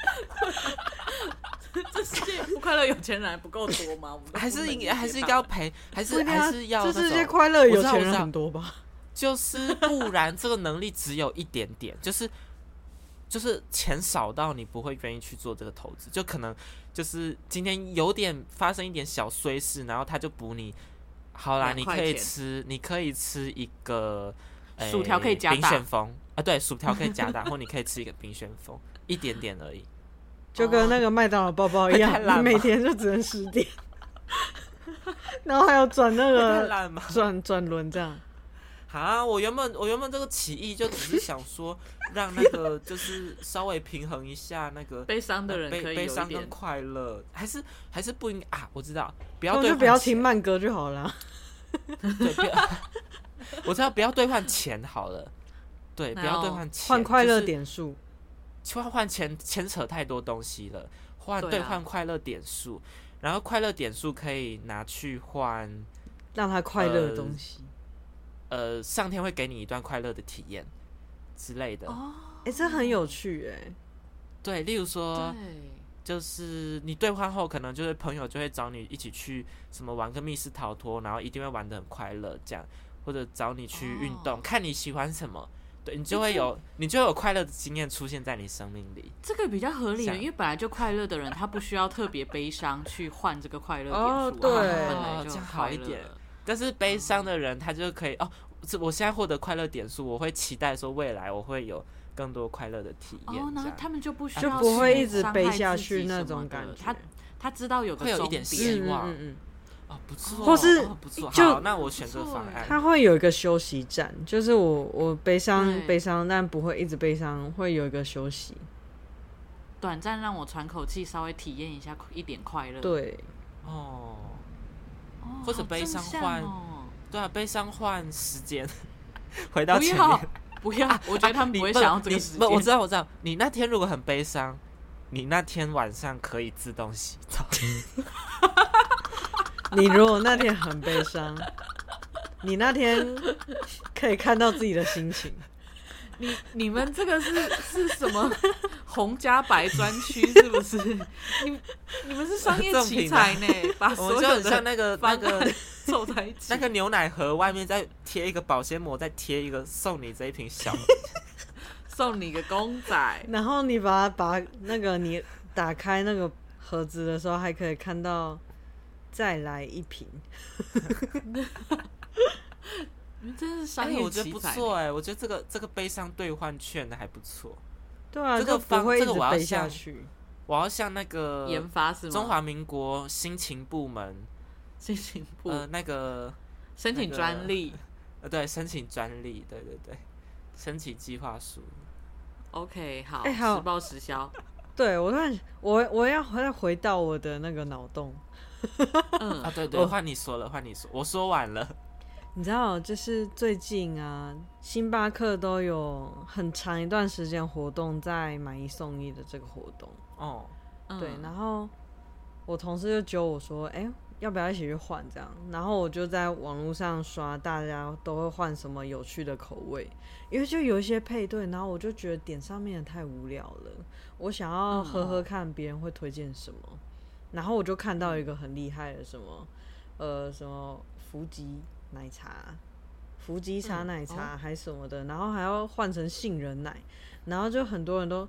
Speaker 1: 这世界不快乐有钱人还不够多吗？我们
Speaker 2: 还是应还是应该要赔，还是还是要
Speaker 3: 这世界快乐有钱人很多吧？
Speaker 2: 就是不然这个能力只有一点点，就是就是钱少到你不会愿意去做这个投资，就可能就是今天有点发生一点小衰事，然后他就补你，好啦，你可以吃，你可以吃一个、欸、
Speaker 1: 薯条可以加大
Speaker 2: 冰旋风啊，对，薯条可以加大，或你可以吃一个冰旋风，一点点而已。
Speaker 3: 就跟那个麦当劳包包一样，你每天就只能十点，然后还有转那个转转轮这样。
Speaker 2: 啊，我原本我原本这个起意就只是想说，让那个就是稍微平衡一下那个
Speaker 1: 悲伤的人可以有一点
Speaker 2: 悲伤跟快乐，还是还是不应该啊？我知道，不要对
Speaker 3: 就不要听慢歌就好了。
Speaker 2: 对，不要，我知道不要兑换钱好了。对，不要兑换钱，
Speaker 3: 换快乐点数。
Speaker 2: 换换钱牵扯太多东西了，换兑换快乐点数、啊，然后快乐点数可以拿去换
Speaker 3: 让他快乐的东西。
Speaker 2: 呃, 呃，上天会给你一段快乐的体验之类的。
Speaker 3: 哦，哎、欸，这很有趣哎。
Speaker 2: 对，例如说，就是你兑换后，可能就是朋友就会找你一起去什么玩个密室逃脱，然后一定会玩得很快乐，这样，或者找你去运动、哦，看你喜欢什么。对，你就会有、欸、你就会有快乐的经验出现在你生命里，
Speaker 1: 这个比较合理的，因为本来就快乐的人，他不需要特别悲伤去换这个快乐点数、啊。
Speaker 3: 哦，对，
Speaker 1: 本来就
Speaker 2: 这样好一点。但是悲伤的人，他就可以哦，我现在获得快乐点数，我会期待说未来我会有更多快乐的体验。
Speaker 1: 哦，那他们就不需要
Speaker 3: 就不会一直悲下去那种感觉。
Speaker 1: 他他知道有个
Speaker 2: 会有一点希望。
Speaker 3: 嗯嗯嗯
Speaker 2: 哦，不错，
Speaker 3: 或是、
Speaker 2: 哦、不错，
Speaker 3: 就
Speaker 2: 好，那我选择方案。
Speaker 3: 它会有一个休息站，就是我我悲伤悲伤，但不会一直悲伤，会有一个休息，
Speaker 1: 短暂让我喘口气，稍微体验一下一点快乐。
Speaker 3: 对，
Speaker 2: 哦，
Speaker 1: 哦
Speaker 2: 或者悲伤换、
Speaker 1: 哦，
Speaker 2: 对啊，悲伤换时间，回到前面。
Speaker 1: 不要，不要、啊，我觉得他们不会想要这个时间。
Speaker 2: 我知道，我知道，你那天如果很悲伤，你那天晚上可以自动洗澡。
Speaker 3: 你如果那天很悲伤，你那天可以看到自己的心情。
Speaker 1: 你你们这个是是什么红加白专区是不是？你你们是商业奇才呢，把所有的
Speaker 2: 我们就很像那个那个
Speaker 1: 凑在一起，
Speaker 2: 那个牛奶盒外面再贴一个保鲜膜，再贴一个送你这一瓶小，
Speaker 1: 送你个公仔，
Speaker 3: 然后你把把那个你打开那个盒子的时候，还可以看到。再来一瓶，
Speaker 1: 你真是商业奇才、欸欸。
Speaker 2: 我觉得不错哎、欸，我觉得这个这个悲伤兑换券的还不错。
Speaker 3: 对啊，
Speaker 2: 这个
Speaker 3: 不会一直
Speaker 2: 背
Speaker 3: 下去。
Speaker 2: 我要像那个
Speaker 1: 研发是吗？
Speaker 2: 中华民国心情部门，
Speaker 1: 心情部
Speaker 2: 呃那个
Speaker 1: 申请专利、
Speaker 2: 那個，呃对，申请专利，对对对，申请计划书。
Speaker 1: OK， 好，
Speaker 3: 欸、好
Speaker 1: 实报实销。
Speaker 3: 对我突然我我要再回到我的那个脑洞。
Speaker 2: 嗯啊，对对，换你说了，换你说，我说完了。
Speaker 3: 你知道，就是最近啊，星巴克都有很长一段时间活动，在买一送一的这个活动。
Speaker 2: 哦，
Speaker 3: 对，然后我同事就揪我说：“哎、欸，要不要一起去换？”这样，然后我就在网络上刷，大家都会换什么有趣的口味，因为就有一些配对，然后我就觉得点上面太无聊了，我想要喝喝看别人会推荐什么。嗯然后我就看到一个很厉害的什么，呃，什么伏吉奶茶、伏吉茶奶茶还什么的，嗯哦、然后还要换成杏仁奶，然后就很多人都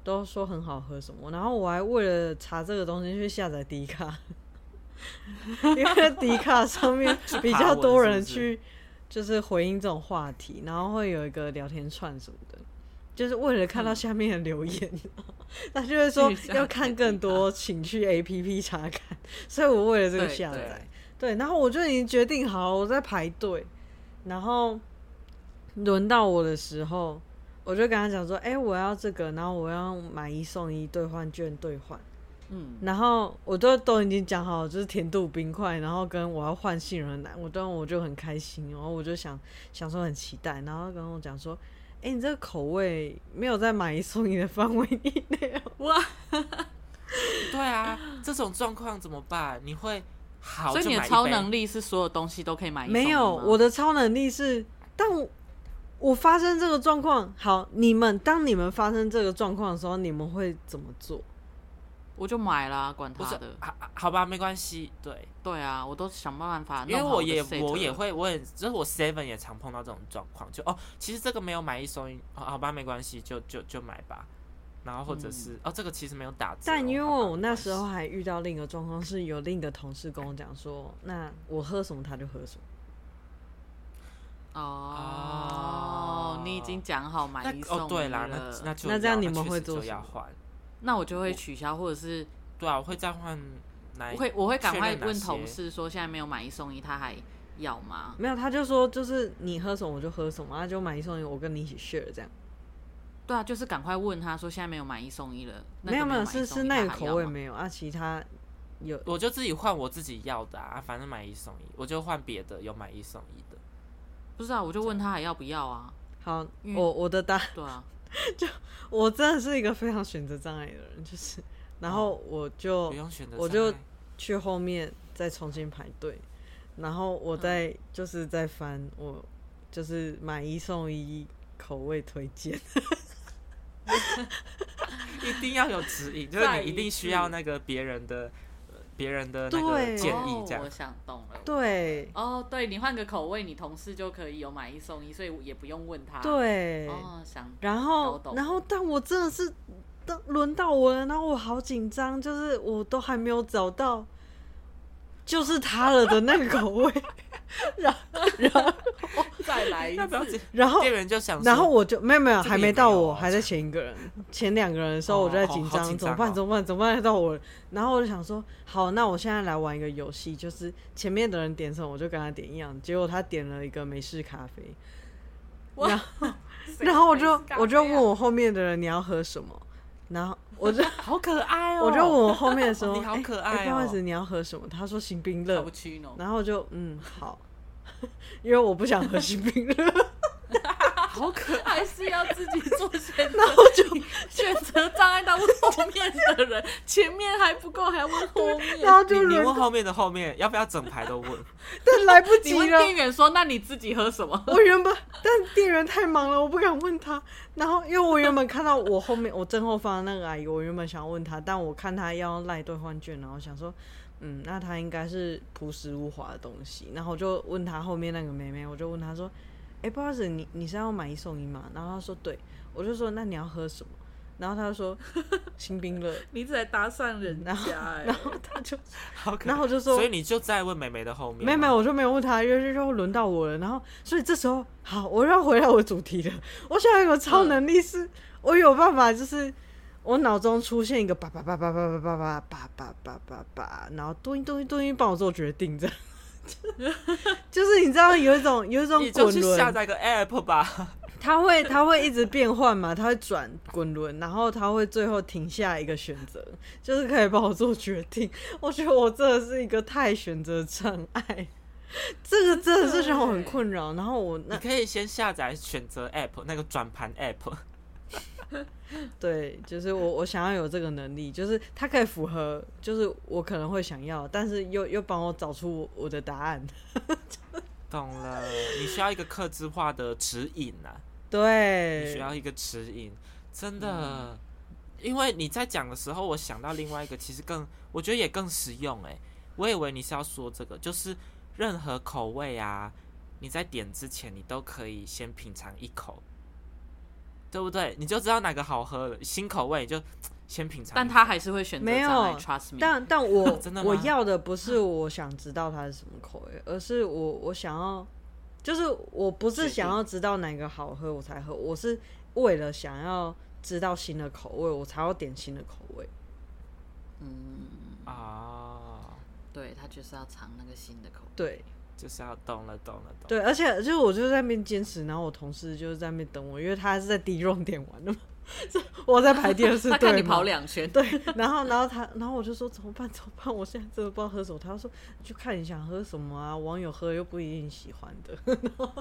Speaker 3: 都说很好喝什么，然后我还为了查这个东西去下载迪卡，因为迪卡上面比较多人去就是回应这种话题，然后会有一个聊天串什么的，就是为了看到下面的留言，他、嗯、就会说要看更多请去 A P P 查看，所以我为了这个下载，对，然后我就已经决定好我在排队，然后轮到我的时候，我就跟他讲说，哎、欸，我要这个，然后我要买一送一兑换券兑换，嗯，然后我都都已经讲好，就是甜度冰块，然后跟我要换杏仁奶，我当我就很开心，然后我就想想说很期待，然后跟我讲说，哎、欸，你这个口味没有在买一送一的范围以内哇，
Speaker 2: 对啊，这种状况怎么办？你会好，
Speaker 1: 所以你的超能力是所有东西都可以买一送一吗？
Speaker 3: 没有，我的超能力是，但我。我发生这个状况，好，你们当你们发生这个状况的时候，你们会怎么做？
Speaker 1: 我就买啦，管他的。
Speaker 2: 好, 好吧，没关系。对
Speaker 1: 对啊，我都想办法弄好。
Speaker 2: 因为我也我也会，我也就是我 seven 也常碰到这种状况，就哦，其实这个没有买一送一，哦、好吧，没关系，就就就买吧。然后或者是、嗯、哦，这个其实没有打折。
Speaker 3: 但因为我那时候还遇到另一个状况，是有另一个同事跟我讲说，那我喝什么他就喝什么。
Speaker 1: 哦， oh, 你已经讲好买一送一了。
Speaker 2: 哦，对啦，那那就
Speaker 3: 那这样你们会做什么？
Speaker 1: 那我就会取消，或者是
Speaker 2: 对啊，我会再换哪一？
Speaker 1: 我会我会赶快问同事说，现在没有买一送一，他还要吗？
Speaker 3: 没有，他就说就是你喝什么我就喝什么，他就买一送一，我跟你一起 share 这样。
Speaker 1: 对啊，就是赶快问他说现在没有买一送一了。那个、
Speaker 3: 没有没有，
Speaker 1: 是
Speaker 3: 是那个口味没有啊，其他有
Speaker 2: 我就自己换我自己要的啊，反正买一送一，我就换别的有买一送一的。
Speaker 1: 不是啊，我就问他还要不要啊？
Speaker 3: 好，我我的答
Speaker 1: 对啊，
Speaker 3: 就我真的是一个非常选择障碍的人，就是，然后我就、
Speaker 2: 哦、不用选择，
Speaker 3: 我就去后面再重新排队，然后我再、嗯、就是再翻我就是买一送一口味推荐，
Speaker 2: 一定要有指引，就是你一定需要那个别人的。别人的那个建议，这样、
Speaker 1: 哦、我想懂了。
Speaker 3: 对，
Speaker 1: 哦，对你换个口味，你同事就可以有买一送一，所以也不用问他。
Speaker 3: 对，
Speaker 1: 哦，想，
Speaker 3: 然后，然后，但我真的是，轮到我了，然后我好紧张，就是我都还没有找到，就是他了的那个口味，然后，然后
Speaker 1: 再来一次，
Speaker 3: 然后
Speaker 2: 店员就想，
Speaker 3: 然后我就没有没有，还没到我，还在前一个人，前两个人的时候，我就在紧张，怎么办？怎么办？怎么办？到我了，然后我就想说，好，那我现在来玩一个游戏，就是前面的人点什么，我就跟他点一样。结果他点了一个美式咖啡，然后，然后我就我就问我后面的人你要喝什么，然后我就
Speaker 2: 好可爱哦，
Speaker 3: 我就问我后面的时候，
Speaker 2: 你好可爱哦，
Speaker 3: 欸欸、不好意思，你要喝什么？他说星冰乐，然后我就嗯好。因为我不想喝星冰乐，
Speaker 1: 好可爱，还是要自己做选择。
Speaker 3: 然后就
Speaker 1: 选择障碍到问后面的人，前面还不够，还要问后面。
Speaker 3: 然后就
Speaker 2: 你, 你问后面的后面，要不要整排都问？
Speaker 3: 但来不及了。
Speaker 1: 你问店员说：“那你自己喝什么？”
Speaker 3: 我原本，但店员太忙了，我不敢问他。然后因为我原本看到我后面我正后方的那个阿姨，我原本想要问他，但我看他要赖兑换券，然后想说。嗯，那他应该是朴实无华的东西，然后我就问他后面那个妹妹，我就问他说：“哎、欸，不好意思，你你是要买一送一吗？”然后他说：“对。”我就说：“那你要喝什么？”然后他就说：“星冰乐。”
Speaker 1: 你一直在搭讪人家、欸，
Speaker 3: 然后他就，
Speaker 2: 好
Speaker 3: 然后我就说：“
Speaker 2: 所以你就在问妹妹的后面。”
Speaker 3: 没有没有，我就没有问他，因为就轮到我了。然后，所以这时候，好，我要回到我主题了。我想有个超能力是，嗯、我有办法就是。我脑中出现一个叭叭叭叭叭叭叭叭叭叭叭叭叭，然后咚一咚一咚一帮我做决定，这样，就是你知道有一种有一种滚轮，你
Speaker 2: 就去下载个 app 吧。
Speaker 3: 它会它会一直变换嘛，它会转滚轮，然后它会最后停下一个选择，就是可以帮我做决定。我觉得我真的是一个太选择障碍，这个真的是让我很困扰。然后我那
Speaker 2: 你可以先下载选择 app 那个转盘 app。
Speaker 3: 对，就是我我想要有这个能力，就是它可以符合，就是我可能会想要，但是又又帮我找出我的答案。
Speaker 2: 懂了，你需要一个客制化的指引啊。
Speaker 3: 对，
Speaker 2: 你需要一个指引，真的。嗯、因为你在讲的时候，我想到另外一个，其实更我觉得也更实用哎。我以为你是要说这个，就是任何口味啊，你在点之前，你都可以先品尝一口。 对不对？你就知道哪个好喝了，新口味你就先品尝。
Speaker 1: 但他还是会选择
Speaker 3: 没有
Speaker 1: 障碍 ，trust me。
Speaker 3: 但但我
Speaker 2: 真的吗
Speaker 3: 我要的不是我想知道它是什么口味，而是我我想要，就是我不是想要知道哪个好喝我才喝，我是为了想要知道新的口味，我才要点新的口味。
Speaker 1: 嗯
Speaker 2: 啊，
Speaker 1: 对他就是要尝那个新的口味。
Speaker 3: 对，
Speaker 2: 就是要懂了懂了懂了。
Speaker 3: 对，而且就是我就在那边坚持，然后我同事就是在那边等我，因为他是在第一 round 点完的嘛，我在排第二次，
Speaker 1: 他看你跑两圈，
Speaker 3: 对，然后然后他，然后我就说怎么办怎么办，我现在真的不知道喝什么。他说就看你想喝什么啊，网友喝又不一定喜欢的。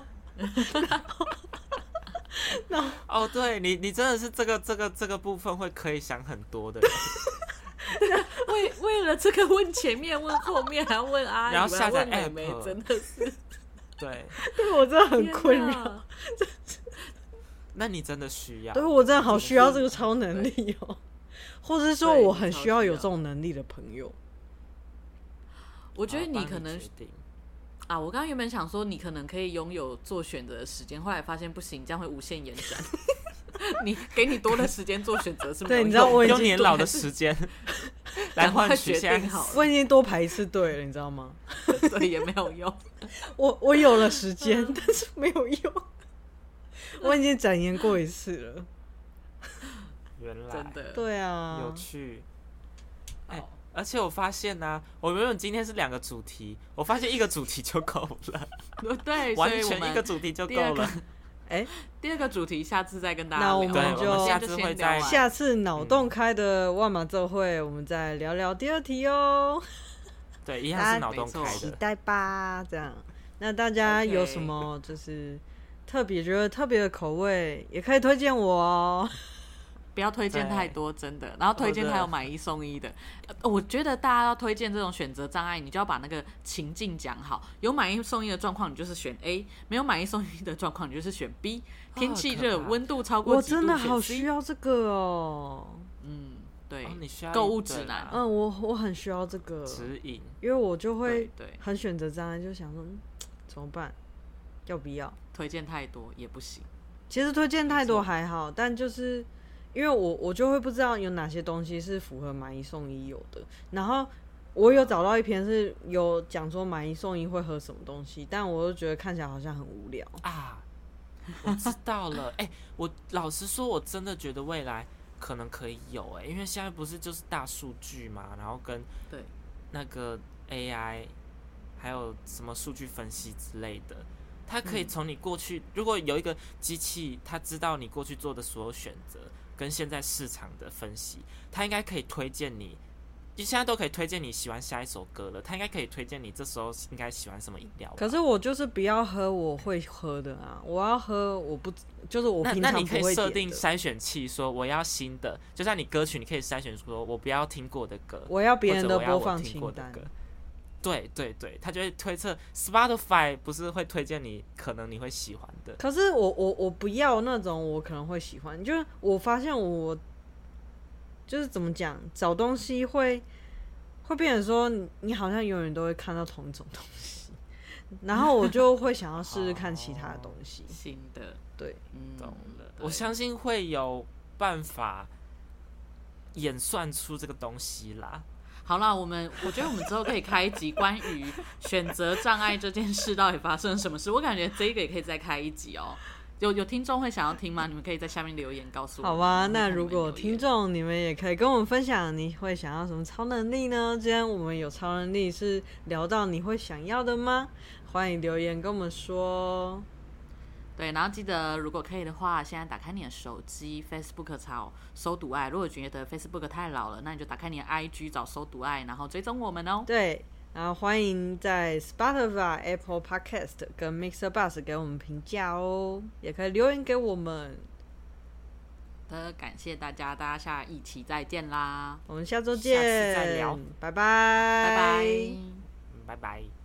Speaker 3: 然后
Speaker 2: 哦，对你你真的是这个这个这个部分会可以想很多的。
Speaker 1: 为为了这个问前面问后面还要问阿姨，
Speaker 2: 然后下载
Speaker 1: 问妹妹
Speaker 2: app
Speaker 1: 真的是
Speaker 2: 对，
Speaker 3: 对我真的很困扰。
Speaker 2: 那你真的需要，
Speaker 3: 对我真的好需要这个超能力哦，或者是说我很需要有这种能力的朋友。
Speaker 1: 我觉得你可能
Speaker 2: 决定
Speaker 1: 啊，我刚刚原本想说你可能可以拥有做选择的时间，后来发现不行，这样会无限延展。你给你多的时间做选择是没有用的，
Speaker 3: 对，你知道我已经
Speaker 2: 用年老的时间来换取现在好，
Speaker 3: 我已经多排一次队了，你知道吗？
Speaker 1: 对，也没有用。
Speaker 3: 我我有了时间，但是没有用。我已经展延过一次了。
Speaker 2: 原来
Speaker 1: 真的
Speaker 3: 对啊，
Speaker 2: 有趣。哎、欸，而且我发现呢、啊，我原本今天是两个主题，我发现一个主题就够了。
Speaker 1: 对，
Speaker 2: 完全一个主题就够了。
Speaker 3: 哎、欸，
Speaker 1: 第二个主题下次再跟大家聊。
Speaker 3: 那我们就
Speaker 2: 我们下次会在
Speaker 3: 下次脑洞开的万马奏会，我们再聊聊第二题哦。
Speaker 2: 对，一样是脑洞开的，
Speaker 3: 期待吧。这样，那大家有什么就是特别觉得特别的口味，也可以推荐我哦。
Speaker 1: 不要推荐太多，真的。然后推荐他有买一送一的。呃、我觉得大家要推荐这种选择障碍，你就要把那个情境讲好。有买一送一的状况，你就是选 A； 没有买一送一的状况，你就是选 B。天气热，温度超过几度，
Speaker 3: 我真的好需要这个哦。
Speaker 1: 嗯，对，
Speaker 2: 哦、你需要
Speaker 1: 购物指南。
Speaker 3: 嗯，我我很需要这个
Speaker 2: 指引，
Speaker 3: 因为我就会
Speaker 1: 对
Speaker 3: 很选择障碍，就想说、嗯、怎么办，要不要？
Speaker 1: 推荐太多也不行。
Speaker 3: 其实推荐太多还好，但就是因为我我就会不知道有哪些东西是符合买一送一有的。然后我有找到一篇是有讲说买一送一会喝什么东西，但我就觉得看起来好像很无聊
Speaker 2: 啊。我知道了，哎、欸，我老实说，我真的觉得未来可能可以有、欸，哎，因为现在不是就是大数据嘛，然后跟
Speaker 1: 对
Speaker 2: 那个 A I 还有什么数据分析之类的。它可以从你过去、嗯，如果有一个机器，它知道你过去做的所有选择跟现在市场的分析，它应该可以推荐你，就现在都可以推荐你喜欢下一首歌了，它应该可以推荐你这时候应该喜欢什么饮料。
Speaker 3: 可是我就是不要喝我会喝的啊，我要喝我不就是我平常不会点的。
Speaker 2: 那, 那你可以设定筛选器，说我要新的，就像你歌曲，你可以筛选说我不要听过的歌，
Speaker 3: 我要别人的播放清单。
Speaker 2: 对对对，他就会推测 Spotify 不是会推荐你可能你会喜欢的。
Speaker 3: 可是我我我不要那种我可能会喜欢，就是我发现我就是怎么讲，找东西会会变成说你，你好像永远都会看到同一种东西，然后我就会想要试试看其他的东西，
Speaker 1: 哦、新的。
Speaker 3: 对，
Speaker 2: 嗯，懂了。我相信会有办法演算出这个东西啦。
Speaker 1: 好啦，我们我觉得我们之后可以开一集关于选择障碍这件事到底发生了什么事。我感觉这个也可以再开一集哦。有有听众会想要听吗？你们可以在下面留言告诉我。
Speaker 3: 好吧，那如果听众你们也可以跟我们分享，你会想要什么超能力呢？既然我们有超能力，是聊到你会想要的吗？欢迎留言跟我们说。
Speaker 1: 对，然后记得如果可以的话，现在打开你的手机 Facebook 找搜读爱。如果觉得 Facebook 太老了，那你就打开你的 I G 找搜读爱，然后追踪我们哦。
Speaker 3: 对，然后欢迎在 Spotify、Apple Podcast 跟 Mixer Bus 给我们评价哦，也可以留言给我们。
Speaker 1: 的感谢大家，大家下一期再见啦！
Speaker 3: 我们下周见，
Speaker 2: 下次再聊，
Speaker 3: 拜拜，
Speaker 1: 拜拜，
Speaker 2: 拜拜。